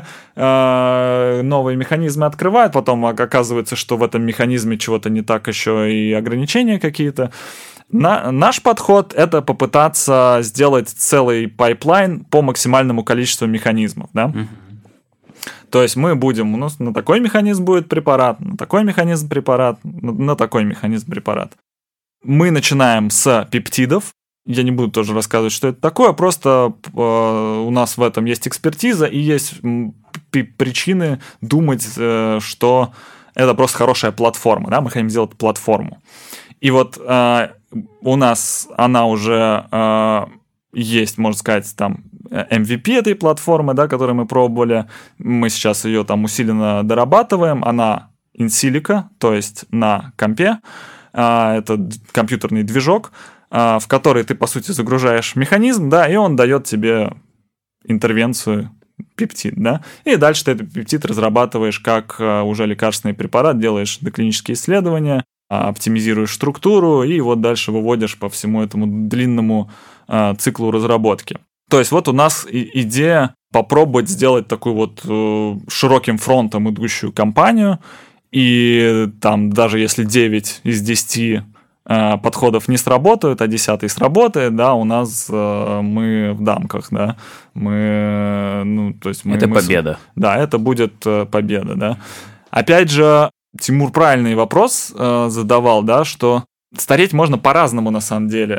э, новые механизмы открывают, потом оказывается, что в этом механизме чего-то не так еще и ограничения какие-то. На, наш подход — это попытаться сделать целый пайплайн по максимальному количеству механизмов, да. Mm-hmm. То есть мы будем, у нас на такой механизм будет препарат, на такой механизм препарат, на, на такой механизм препарат. Мы начинаем с пептидов. Я не буду тоже рассказывать, что это такое, просто э, у нас в этом есть экспертиза и есть п- причины думать, э, что это просто хорошая платформа, да, мы хотим сделать платформу. И вот э, у нас она уже э, есть, можно сказать, там, эм ви пи этой платформы, да, которую мы пробовали. Мы сейчас ее там усиленно дорабатываем. Она in silico, то есть на компе. это компьютерный движок, в который ты, по сути, загружаешь механизм, да, и он дает тебе интервенцию, пептид, да, и дальше ты этот пептид разрабатываешь как уже лекарственный препарат, делаешь доклинические исследования, оптимизируешь структуру и вот дальше выводишь по всему этому длинному циклу разработки. То есть вот у нас идея попробовать сделать такую вот широким фронтом идущую кампанию, и там даже если девять из десяти подходов не сработают, а десятый сработает, да, у нас э, мы в дамках, да, мы, ну, то есть мы... Это мы, победа. Да, это будет э, победа, да. Опять же, Тимур правильный вопрос э, задавал, да, что стареть можно по-разному на самом деле.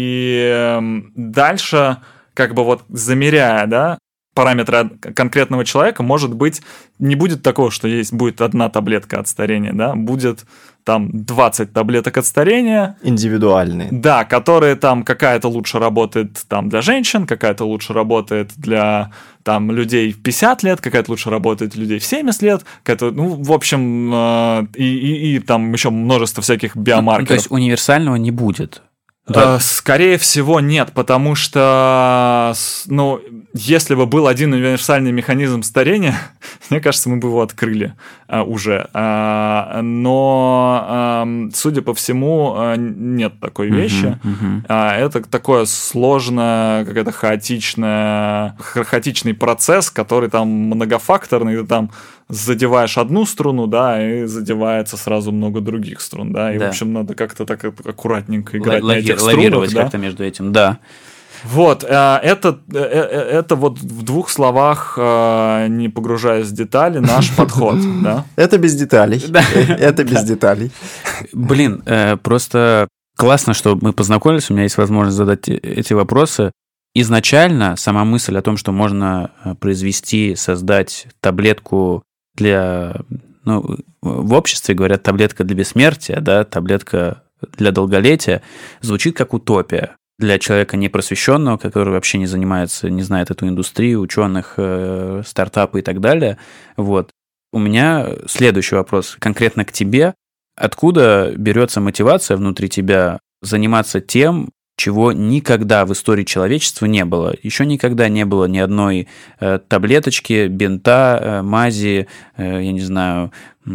И э, дальше, как бы вот замеряя, да, параметры конкретного человека, может быть, не будет такого, что есть будет одна таблетка от старения, да, будет там двадцать таблеток от старения. Индивидуальные. Да, которые там какая-то лучше работает там для женщин, какая-то лучше работает для там людей в пятьдесят лет, какая-то лучше работает для людей в семьдесят лет, какая-то, ну, в общем, э, и, и, и там еще множество всяких биомаркеров. Ну, то есть универсального не будет? Да. Скорее всего, нет, потому что, ну, если бы был один универсальный механизм старения, мне кажется, мы бы его открыли а, уже. А, но, а, судя по всему, нет такой вещи. Uh-huh, uh-huh. А, это такое сложное, какая-то хаотичная, хаотичный процесс, который там многофакторный, ты там задеваешь одну струну, да, и задевается сразу много других струн, да, и, да. в общем, надо как-то так аккуратненько играть Лави- на этих струнах, лавировать да? как-то между этим, да. Вот, это, это вот в двух словах, не погружаясь в детали, наш подход, да? Это без деталей, это без деталей. Блин, просто классно, что мы познакомились, у меня есть возможность задать эти вопросы. Изначально сама мысль о том, что можно произвести, создать таблетку для, ну, в обществе говорят, таблетка для бессмертия, да, таблетка для долголетия, звучит как утопия для человека непросвещенного, который вообще не занимается, не знает эту индустрию, ученых, э, стартапы и так далее. Вот. У меня следующий вопрос конкретно к тебе. Откуда берется мотивация внутри тебя заниматься тем, чего никогда в истории человечества не было. Еще никогда не было ни одной э, таблеточки, бинта, э, мази, э, я не знаю...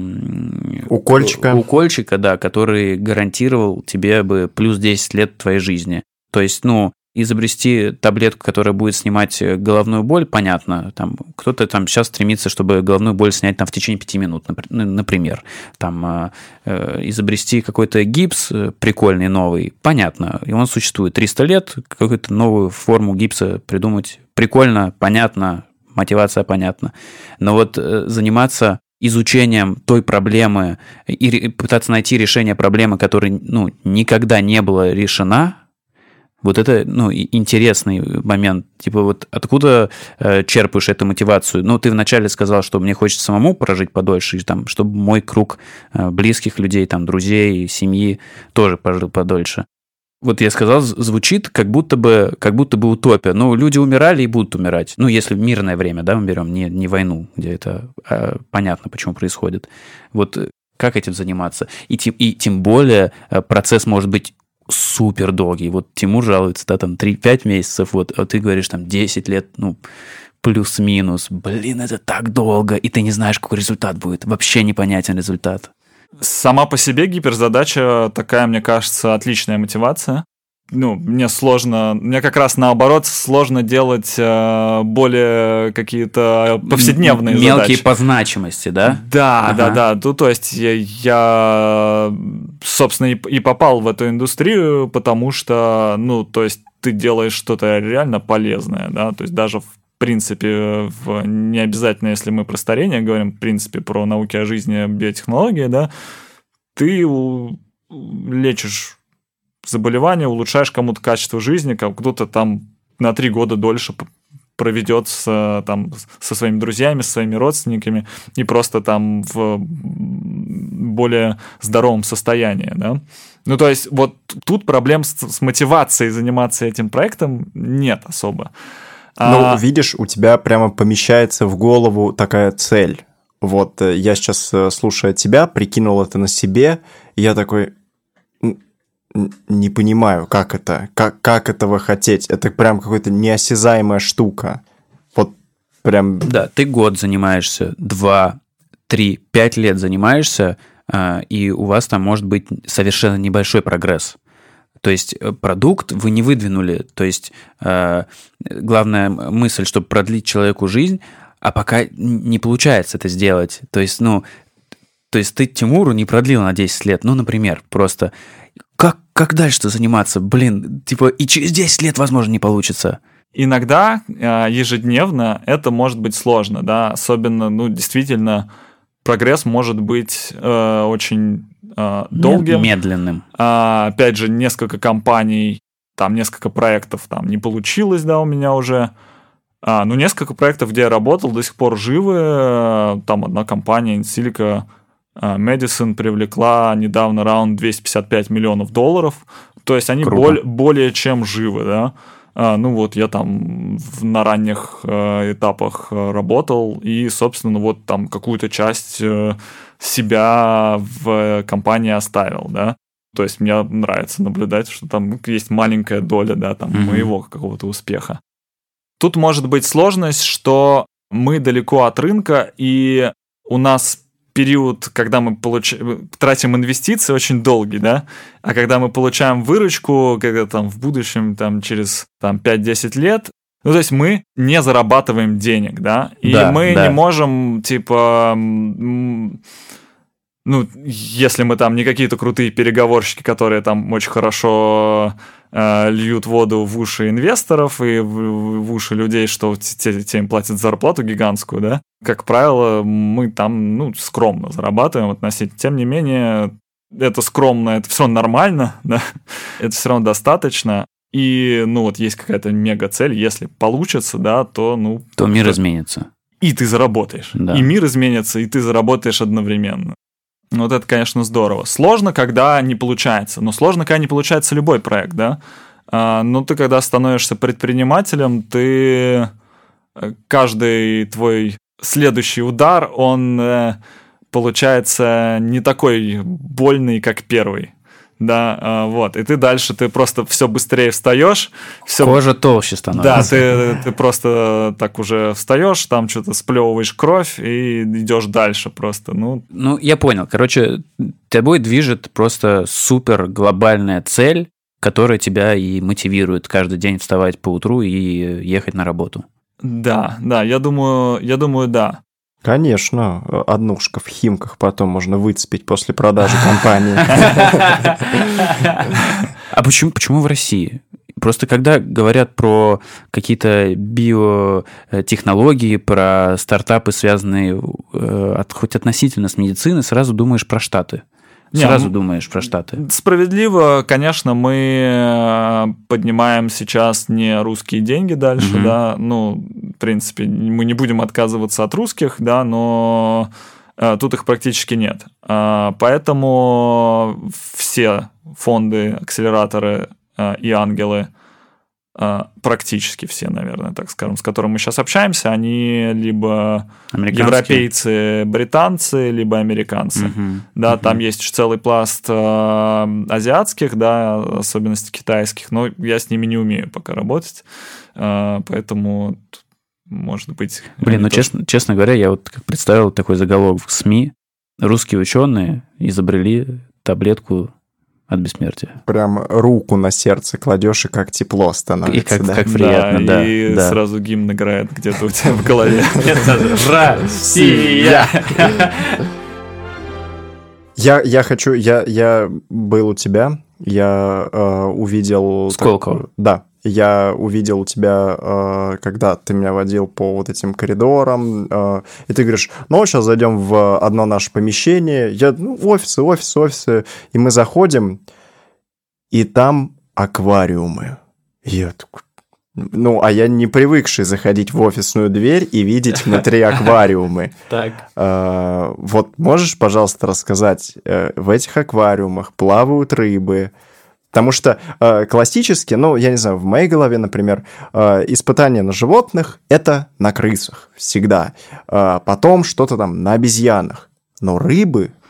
Укольчика. Укольчика, да, который гарантировал тебе бы плюс десять лет твоей жизни. То есть, ну, изобрести таблетку, которая будет снимать головную боль, понятно. Там, кто-то там сейчас стремится, чтобы головную боль снять там, в течение пяти минут, например. Там, э, изобрести какой-то гипс прикольный, новый, понятно. И он существует триста лет, какую-то новую форму гипса придумать прикольно, понятно, мотивация понятна. Но вот э, заниматься изучением той проблемы и пытаться найти решение проблемы, которая, ну, никогда не была решена, вот это, ну, интересный момент. Типа вот откуда э, черпаешь эту мотивацию? Ну, ты вначале сказал, что мне хочется самому прожить подольше, и, там, чтобы мой круг э, близких людей, там, друзей, семьи тоже пожил подольше. Вот я сказал, звучит как будто бы, как будто бы утопия. Ну, люди умирали и будут умирать. Ну, если мирное время, да, мы берем, не, не войну, где это э, понятно, почему происходит. Вот как этим заниматься? И, и тем более процесс может быть супер долгий. Вот Тимур жалуется, да, там три-пять месяцев, вот, а ты говоришь, там, десять лет, ну, плюс-минус. Блин, это так долго, и ты не знаешь, какой результат будет. Вообще непонятен результат. Сама по себе гиперзадача такая, мне кажется, отличная мотивация. Ну, мне сложно, мне как раз наоборот сложно делать э, более какие-то повседневные Мелкие задачи. Мелкие по значимости, да? Да, ага. да, да. Ну, то есть я, я собственно, и, и попал в эту индустрию, потому что, ну, то есть ты делаешь что-то реально полезное, да, то есть даже в В принципе, в, не обязательно, если мы про старение говорим, в принципе, про науки о жизни, биотехнологии, да, ты у, лечишь заболевание, улучшаешь кому-то качество жизни, кто-то там на три года дольше проведет с, там, со своими друзьями, со своими родственниками и просто там в более здоровом состоянии, да. Ну, то есть вот тут проблем с, с мотивацией заниматься этим проектом нет особо. Ну, а... видишь, у тебя прямо помещается в голову такая цель. Вот я сейчас, слушая тебя, прикинул это на себе, и я такой, не понимаю, как это, как, как этого хотеть. Это прям какая-то неосязаемая штука. Вот прям... Да, ты год занимаешься, два, три, пять лет занимаешься, и у вас там может быть совершенно небольшой прогресс. То есть продукт вы не выдвинули. То есть главная мысль, чтобы продлить человеку жизнь, а пока не получается это сделать. То есть, ну, то есть ты Тимуру не продлил на десять лет. Ну, например, просто как, как дальше-то заниматься? Блин, типа и через десять лет, возможно, не получится. Иногда ежедневно это может быть сложно, да, особенно, ну, действительно, прогресс может быть э, очень э, долгим. Медленным. А, опять же, несколько компаний, там несколько проектов там не получилось, да, у меня уже. А, ну, несколько проектов, где я работал, до сих пор живы. Там одна компания, Insilico Medicine, привлекла недавно раунд двести пятьдесят пять миллионов долларов. То есть они боль, более чем живы, да. А, ну вот я там в, на ранних э, этапах работал и, собственно, вот там какую-то часть э, себя в компании оставил, да. То есть мне нравится наблюдать, что там есть маленькая доля, да, там mm-hmm. моего какого-то успеха. Тут может быть сложность, что мы далеко от рынка, и у нас период, когда мы получ... тратим инвестиции, очень долгий, да, а когда мы получаем выручку, когда там в будущем, там через там, пять-десять лет, ну, то есть мы не зарабатываем денег, да, и да, мы да. не можем, типа, ну, если мы там не какие-то крутые переговорщики, которые там очень хорошо э, льют воду в уши инвесторов и в, в уши людей, что те, те им платят зарплату гигантскую, да, как правило, мы там, ну, скромно зарабатываем относительно. Тем не менее, это скромно, это все равно нормально, да, это все равно достаточно. И, ну, вот есть какая-то мега-цель, если получится, да, то, ну... То мир изменится. И ты заработаешь. Да. И мир изменится, и ты заработаешь одновременно. Вот это, конечно, здорово. Сложно, когда не получается. Но сложно, когда не получается любой проект, да. А, но ты, когда становишься предпринимателем, ты... Каждый твой следующий удар, он э, получается не такой больный, как первый. Да, э, вот. И ты дальше, ты просто все быстрее встаешь. Все... Кожа толще становится. Да, ты, ты просто так уже встаешь, там что-то сплевываешь кровь и идешь дальше просто. Ну, ну я понял. Короче, тобой движет просто супер глобальная цель, которая тебя и мотивирует каждый день вставать по утру и ехать на работу. Да, да, я думаю, я думаю, да. Конечно, однушка в Химках потом можно выцепить после продажи компании. А почему, почему в России? Просто когда говорят про какие-то биотехнологии, про стартапы, связанные от, хоть относительно с медициной, сразу думаешь про Штаты. Сразу Не, думаешь про Штаты. Справедливо, конечно, мы поднимаем сейчас не русские деньги дальше, угу. да, ну, в принципе, мы не будем отказываться от русских, да, но э, тут их практически нет. Э, поэтому все фонды, акселераторы э, и ангелы, э, практически все, наверное, так скажем, с которыми мы сейчас общаемся, они либо европейцы, британцы, либо американцы. Uh-huh. Да, uh-huh. Там есть целый пласт э, азиатских, да, особенности китайских, но я с ними не умею пока работать, э, поэтому, может быть... Блин, ну, честно, честно говоря, я вот как представил такой заголовок в СМИ. Русские ученые изобрели таблетку от бессмертия. Прям руку на сердце кладешь, и как тепло становится. И как, да? как приятно, да. да и да. сразу гимн играет где-то у тебя в голове. Россия! Я, я хочу... Я, я был у тебя, я э, увидел... Сколково. Так, да. Я увидел у тебя, э, когда ты меня водил по вот этим коридорам, э, и ты говоришь, ну, сейчас зайдем в одно наше помещение, я, ну, офисы, офисы, офисы, и мы заходим, и там аквариумы. И я такой, ну, а я не привыкший заходить в офисную дверь и видеть внутри аквариумы. Так. Э, вот можешь, пожалуйста, рассказать, э, в этих аквариумах плавают рыбы? Потому что э, классически, ну, я не знаю, в моей голове, например, э, испытания на животных – это на крысах всегда. Э, потом что-то там на обезьянах. Но рыбы…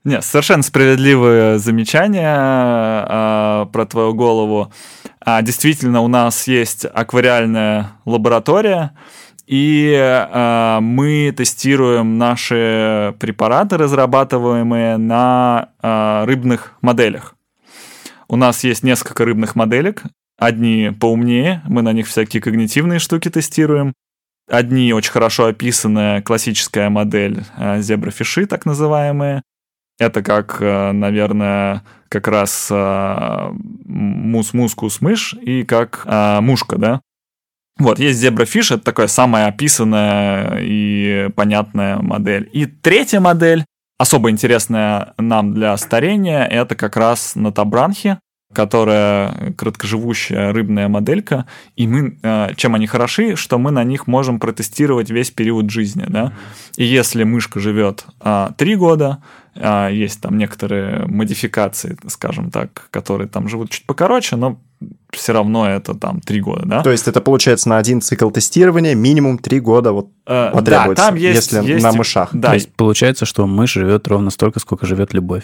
Нет, совершенно справедливое замечание а, про твою голову. А, действительно, у нас есть аквариальная лаборатория, и а, мы тестируем наши препараты, разрабатываемые на а, рыбных моделях. У нас есть несколько рыбных моделек. Одни поумнее, мы на них всякие когнитивные штуки тестируем. Одни очень хорошо описанная классическая модель зебрафиши, так называемые. Это как, наверное, как раз мус-мускус-мышь и как мушка, да? Вот, есть зебрафиш, это такая самая описанная и понятная модель. И третья модель, особо интересная нам для старения, это как раз нотобранхи, которая краткоживущая рыбная моделька, и мы, чем они хороши, что мы на них можем протестировать весь период жизни, да, и если мышка живет три года, есть там некоторые модификации, скажем так, которые там живут чуть покороче, но все равно это там три года, да. То есть это получается на один цикл тестирования минимум три года вот э, потребуется, да, там есть, если есть, на мышах. Да. То есть получается, что мышь живет ровно столько, сколько живет любовь.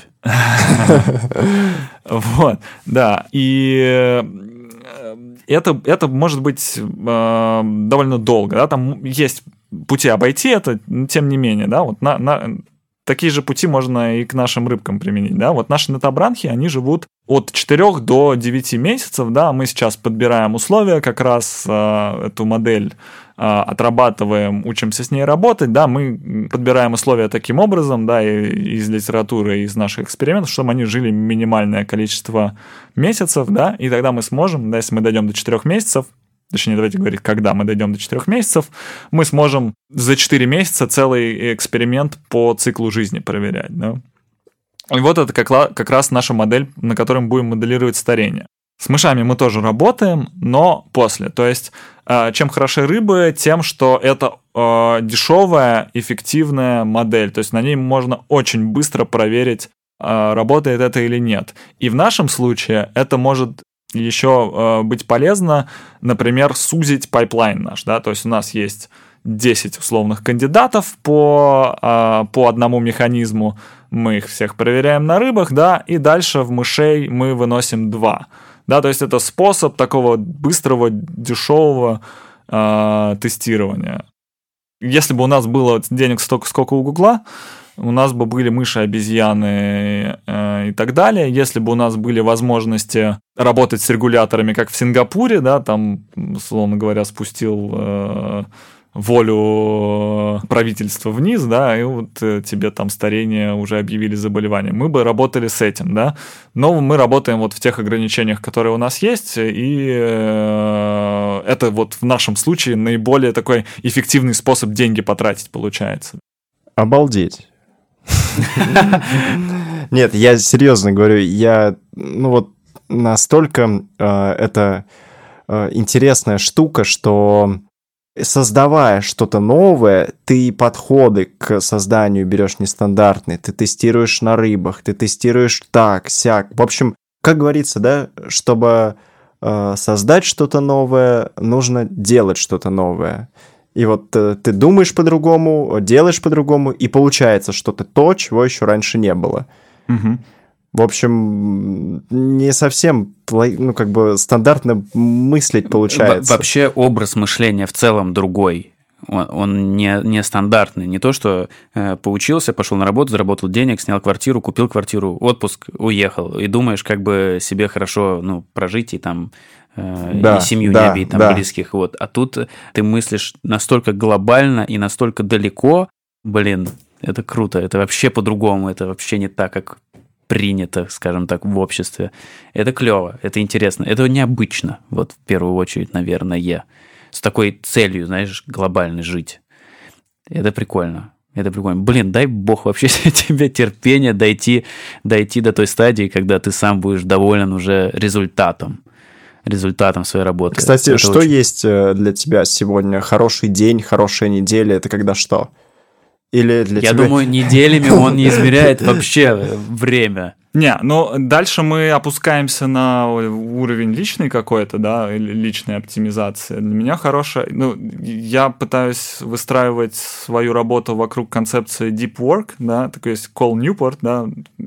Вот, да. И это, это может быть э, довольно долго, да, там есть пути обойти это, но тем не менее, да, вот на, на, такие же пути можно и к нашим рыбкам применить, да, вот наши нотобранхи, они живут от четырёх до девяти месяцев, да, мы сейчас подбираем условия, как раз э, эту модель э, отрабатываем, учимся с ней работать, да, мы подбираем условия таким образом, да, и, из литературы, из наших экспериментов, чтобы они жили минимальное количество месяцев, да, и тогда мы сможем, да, если мы дойдем до четырёх месяцев, точнее, давайте говорить, когда мы дойдем до четырёх месяцев, мы сможем за четыре месяца целый эксперимент по циклу жизни проверять, да. И вот это как, как раз наша модель, на которой мы будем моделировать старение. С мышами мы тоже работаем, но после. То есть, чем хороши рыбы, тем, что это дешевая, эффективная модель. То есть, на ней можно очень быстро проверить, работает это или нет. И в нашем случае это может еще быть полезно, например, сузить пайплайн наш. Да? То есть, у нас есть десять условных кандидатов по, по одному механизму. Мы их всех проверяем на рыбах, да, и дальше в мышей мы выносим два. Да, то есть это способ такого быстрого, дешевого э, тестирования. Если бы у нас было денег столько, сколько у Гугла, у нас бы были мыши, обезьяны э, и так далее. Если бы у нас были возможности работать с регуляторами, как в Сингапуре, да, там, условно говоря, спустил... Э, волю правительства вниз, да, и вот тебе там старение уже объявили заболеванием. Мы бы работали с этим, да, но мы работаем вот в тех ограничениях, которые у нас есть, и э, это вот в нашем случае наиболее такой эффективный способ деньги потратить получается. Обалдеть. Нет, я серьезно говорю, я, ну вот настолько это интересная штука, что создавая что-то новое, ты подходы к созданию берешь нестандартные, ты тестируешь на рыбах, ты тестируешь так, сяк. В общем, как говорится, да, чтобы э, создать что-то новое, нужно делать что-то новое. И вот э, ты думаешь по-другому, делаешь по-другому, и получается что-то то, чего еще раньше не было. Угу. В общем, не совсем, ну, как бы стандартно мыслить получается. Во- вообще образ мышления в целом другой. Он, он не, не стандартный. Не то, что э, поучился, пошел на работу, заработал денег, снял квартиру, купил квартиру, отпуск, уехал. И думаешь, как бы себе хорошо, ну, прожить и там э, да, и семью да, не обидеть, там, да. близких. Вот. А тут ты мыслишь настолько глобально и настолько далеко. Блин, это круто. Это вообще по-другому. Это вообще не так, как... принято, скажем так, в обществе. Это клево, это интересно, это необычно, вот в первую очередь, наверное, с такой целью, знаешь, глобально жить. Это прикольно, это прикольно. Блин, дай бог вообще тебе терпения дойти, дойти до той стадии, когда ты сам будешь доволен уже результатом, результатом своей работы. Кстати, это что очень... есть для тебя сегодня? Хороший день, хорошая неделя, это когда что? Или для Я тебя... думаю, неделями он не измеряет вообще время. Не, ну дальше мы опускаемся на уровень личный какой-то, да, личной оптимизации. Для меня хорошая... Ну, я пытаюсь выстраивать свою работу вокруг концепции deep work, да, такой есть Кол Ньюпорт, да,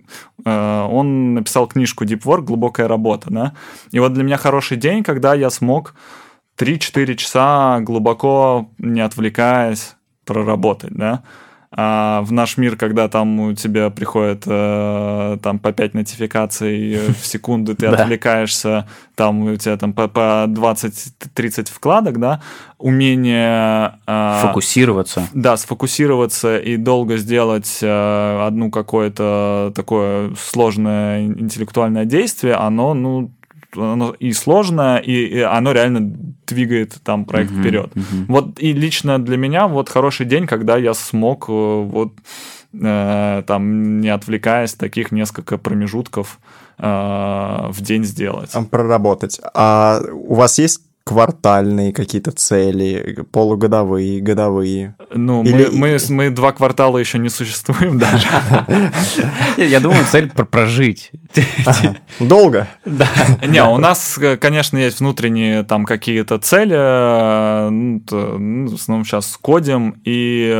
он написал книжку Deep Work, глубокая работа, да, и вот для меня хороший день, когда я смог три-четыре часа глубоко, не отвлекаясь, проработать, да. А в наш мир, когда там у тебя приходит э, там по пять нотификаций в секунду, ты отвлекаешься, там у тебя там по двадцать-тридцать вкладок, да, умение... Э, фокусироваться. Да, сфокусироваться и долго сделать э, одну какое-то такое сложное интеллектуальное действие, оно, ну, оно и сложное, и, и оно реально двигает там проект uh-huh, вперед. Uh-huh. Вот и лично для меня вот хороший день, когда я смог вот э, там, не отвлекаясь, таких несколько промежутков э, в день сделать. Проработать. А у вас есть квартальные какие-то цели, полугодовые, годовые? Ну, Или... мы, мы, мы два квартала еще не существуем даже. Я думаю, цель прожить. Долго? Да. Не, у нас, конечно, есть внутренние там какие-то цели. Ну, в основном сейчас кодим и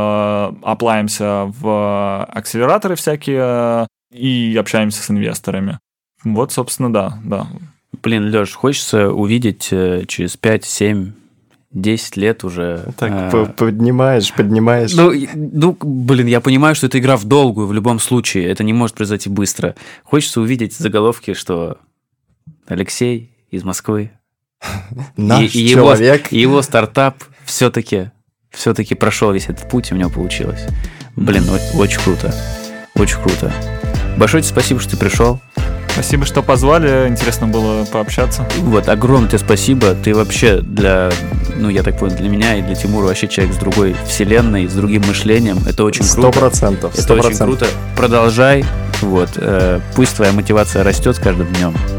оплаемся в акселераторы всякие и общаемся с инвесторами. Вот, собственно, да, да. Блин, Лёш, хочется увидеть через пять, семь, десять лет уже... Так, а... поднимаешь, поднимаешь. Ну, ну, блин, я понимаю, что это игра в долгую в любом случае, это не может произойти быстро. Хочется увидеть заголовки, что Алексей из Москвы, наш и, человек, его, его стартап все-таки все-таки прошел весь этот путь, и у него получилось. Блин, очень круто, очень круто. Большое тебе спасибо, что ты пришел. Спасибо, что позвали, интересно было пообщаться. Вот, огромное тебе спасибо. Ты вообще для, ну, я так понял, для меня и для Тимура вообще человек с другой вселенной, с другим мышлением. Это очень круто. Сто процентов. Это очень круто. Продолжай. Вот, э, пусть твоя мотивация растет с каждым днем.